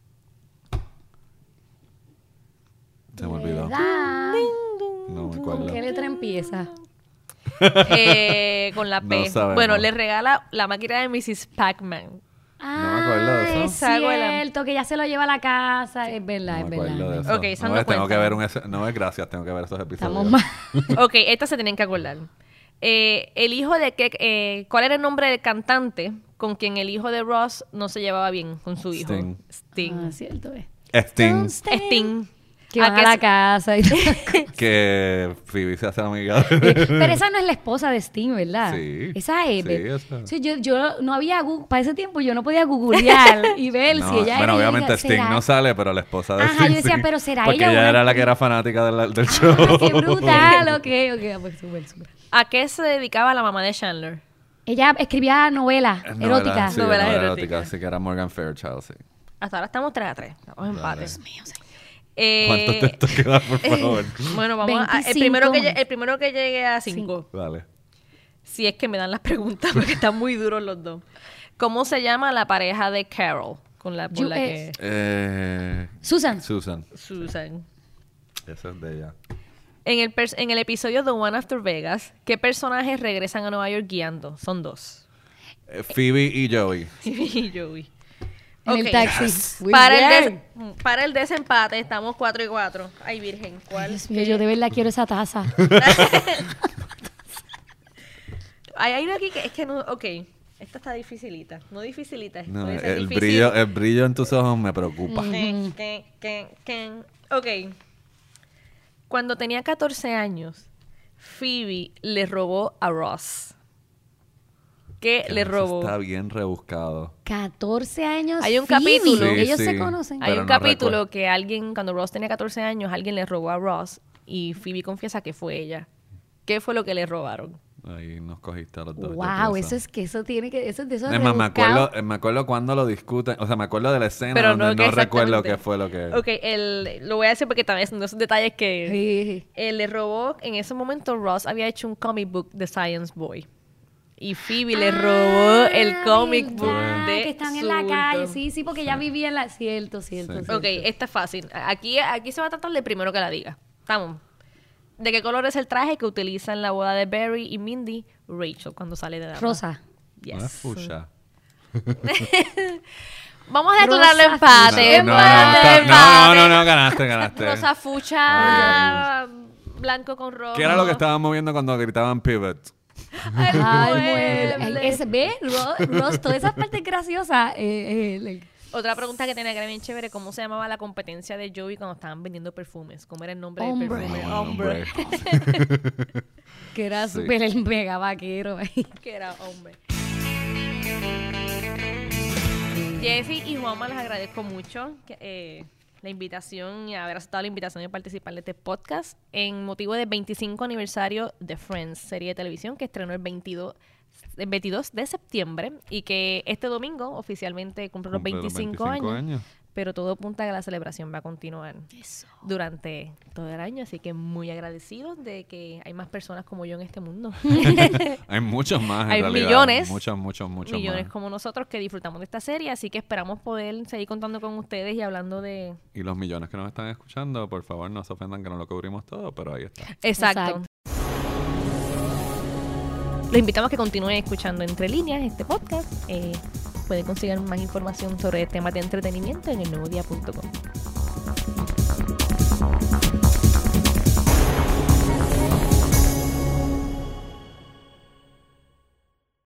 Se me olvidó. ¿Verdad? No me ¿Con acuerdo. qué letra empieza? Eh, con la P. No sabemos. Bueno, le regala la máquina de missus Pac-Man. Ah, me acuerdo de eso. es Esa abuela. cierto, que ya se lo lleva a la casa. Es verdad, No es me verdad. acuerdo de es eso. Ok, esa no no ves, tengo cuenta. que ver un... ese- No es gracias, tengo que ver esos episodios. Estamos mal. Ok, estas se tienen que acordar. Eh, el hijo de que... eh, ¿Cuál era el nombre del cantante con quien el hijo de Ross no se llevaba bien con su hijo? Sting. Sting. Ah, cierto, es. Sting, Sting. Que ¿A van qué a la se- casa y todo. que Phoebe se hace amiga de... Pero esa no es la esposa de Sting, ¿verdad? Sí. Esa es. Sí, ve- esa. Sí, yo, yo no había Google, para ese tiempo yo no podía googlear y ver No, si ella bueno, era obviamente hija, Sting ¿será? no sale, pero la esposa de Ajá, Sting yo decía, sí. pero ¿será Porque ella ella una era la actriz? que era fanática de la- del show. Ah, qué brutal, ok, ok, pues súper, súper. ¿A qué se dedicaba la mamá de Chandler? Ella escribía novelas Novela, eróticas. Sí, Novelas novela eróticas. erótica, sí, que era Morgan Fairchild, sí. Hasta ahora estamos tres a tres. Estamos en empate. Dios mío, señor. Eh, ¿Cuántos textos quedan, por favor? Bueno, vamos a... El veinticinco. primero, que, lle- el primero que llegue a cinco. Dale. Si es que me dan las preguntas, porque están muy duros los dos. ¿Cómo se llama la pareja de Carol? Con la, por You- la que... eh, Eh, Susan. Susan. Susan. Esa es de ella. En el, pers- en el episodio The One After Vegas, ¿qué personajes regresan a Nueva York guiando? Son dos. Eh, Phoebe y Joey. Y Joey. En Ok. el taxi. Muy Para el, bien. des- para el desempate, estamos cuatro y cuatro. Ay, virgen, ¿cuál? Dios mío, yo de verdad quiero esa taza. Hay, hay una aquí que es que no... Ok, esta está dificilita. No dificilita. No, puede ser el, difícil. brillo, el brillo en tus ojos me preocupa. Can, can, can, can. Ok. Cuando tenía catorce años, Phoebe le robó a Ross. ¿Qué le Eso robó? Está bien rebuscado. catorce años. Hay un Phoebe. capítulo. Sí, Ellos sí. se conocen. Hay Pero un no capítulo recuerdo. que alguien, cuando Ross tenía catorce años, alguien le robó a Ross y Phoebe confiesa que fue ella. ¿Qué fue lo que le robaron? Ahí nos cogiste a los dos. yo Wow, pienso. eso es que eso tiene que eso es de esos Es más, me rebuscados. acuerdo, eh, me acuerdo cuando lo discuten, o sea, me acuerdo de la escena Pero donde no no, que recuerdo exactamente. qué fue lo que... Ok, el, lo voy a decir porque también son esos detalles que... Sí. Él le robó, en ese momento Ross había hecho un comic book de Science Boy. Y Phoebe le robó el comic book verdad, de que están su en la bulto. calle. Sí, sí, porque ya vivía en la... Cierto, cierto, Sí. cierto. Ok, esta es fácil. Aquí, aquí se va a tratar de primero que la diga. Estamos. ¿De qué color es el traje que utiliza en la boda de Barry y Mindy Rachel cuando sale de dama? Rosa. Yes. No es fuchsia. Vamos a declararlo Rosa empate. No, no, empate, no, no, empate. no, no, ganaste, ganaste. Rosa fucha, blanco con rojo. ¿Qué era lo que estaban moviendo cuando gritaban pivot? El Ay, mueble. mueble. Ese, ve, Ross, Ross, todas esas partes graciosas. Eh, eh, le- Otra pregunta que tenía que era bien chévere, ¿cómo se llamaba la competencia de Joey cuando estaban vendiendo perfumes? ¿Cómo era el nombre Hombre. del perfume? Hombre. que era Sí. súper el mega vaquero. Que era hombre. Jessy y Juanma, les agradezco mucho que, eh, la invitación y haber aceptado la invitación de participar de este podcast en motivo del veinticinco aniversario de Friends, serie de televisión que estrenó el veintidós, el veintidós de septiembre y que este domingo oficialmente cumple los Cumple los veinticinco, veinticinco años. años. Pero todo apunta a que la celebración va a continuar durante todo el año, así que muy agradecidos de que hay más personas como yo en este mundo. Hay muchos más en Hay realidad. millones. Muchos, muchos, muchos Millones más. como nosotros que disfrutamos de esta serie, así que esperamos poder seguir contando con ustedes y hablando de... Y los millones que nos están escuchando, por favor, no se ofendan que no lo cubrimos todo, pero ahí está. Exacto. Exacto. Los invitamos a que continúen escuchando Entre Líneas, este podcast. Eh, pueden conseguir más información sobre temas de entretenimiento en el nuevo día punto com.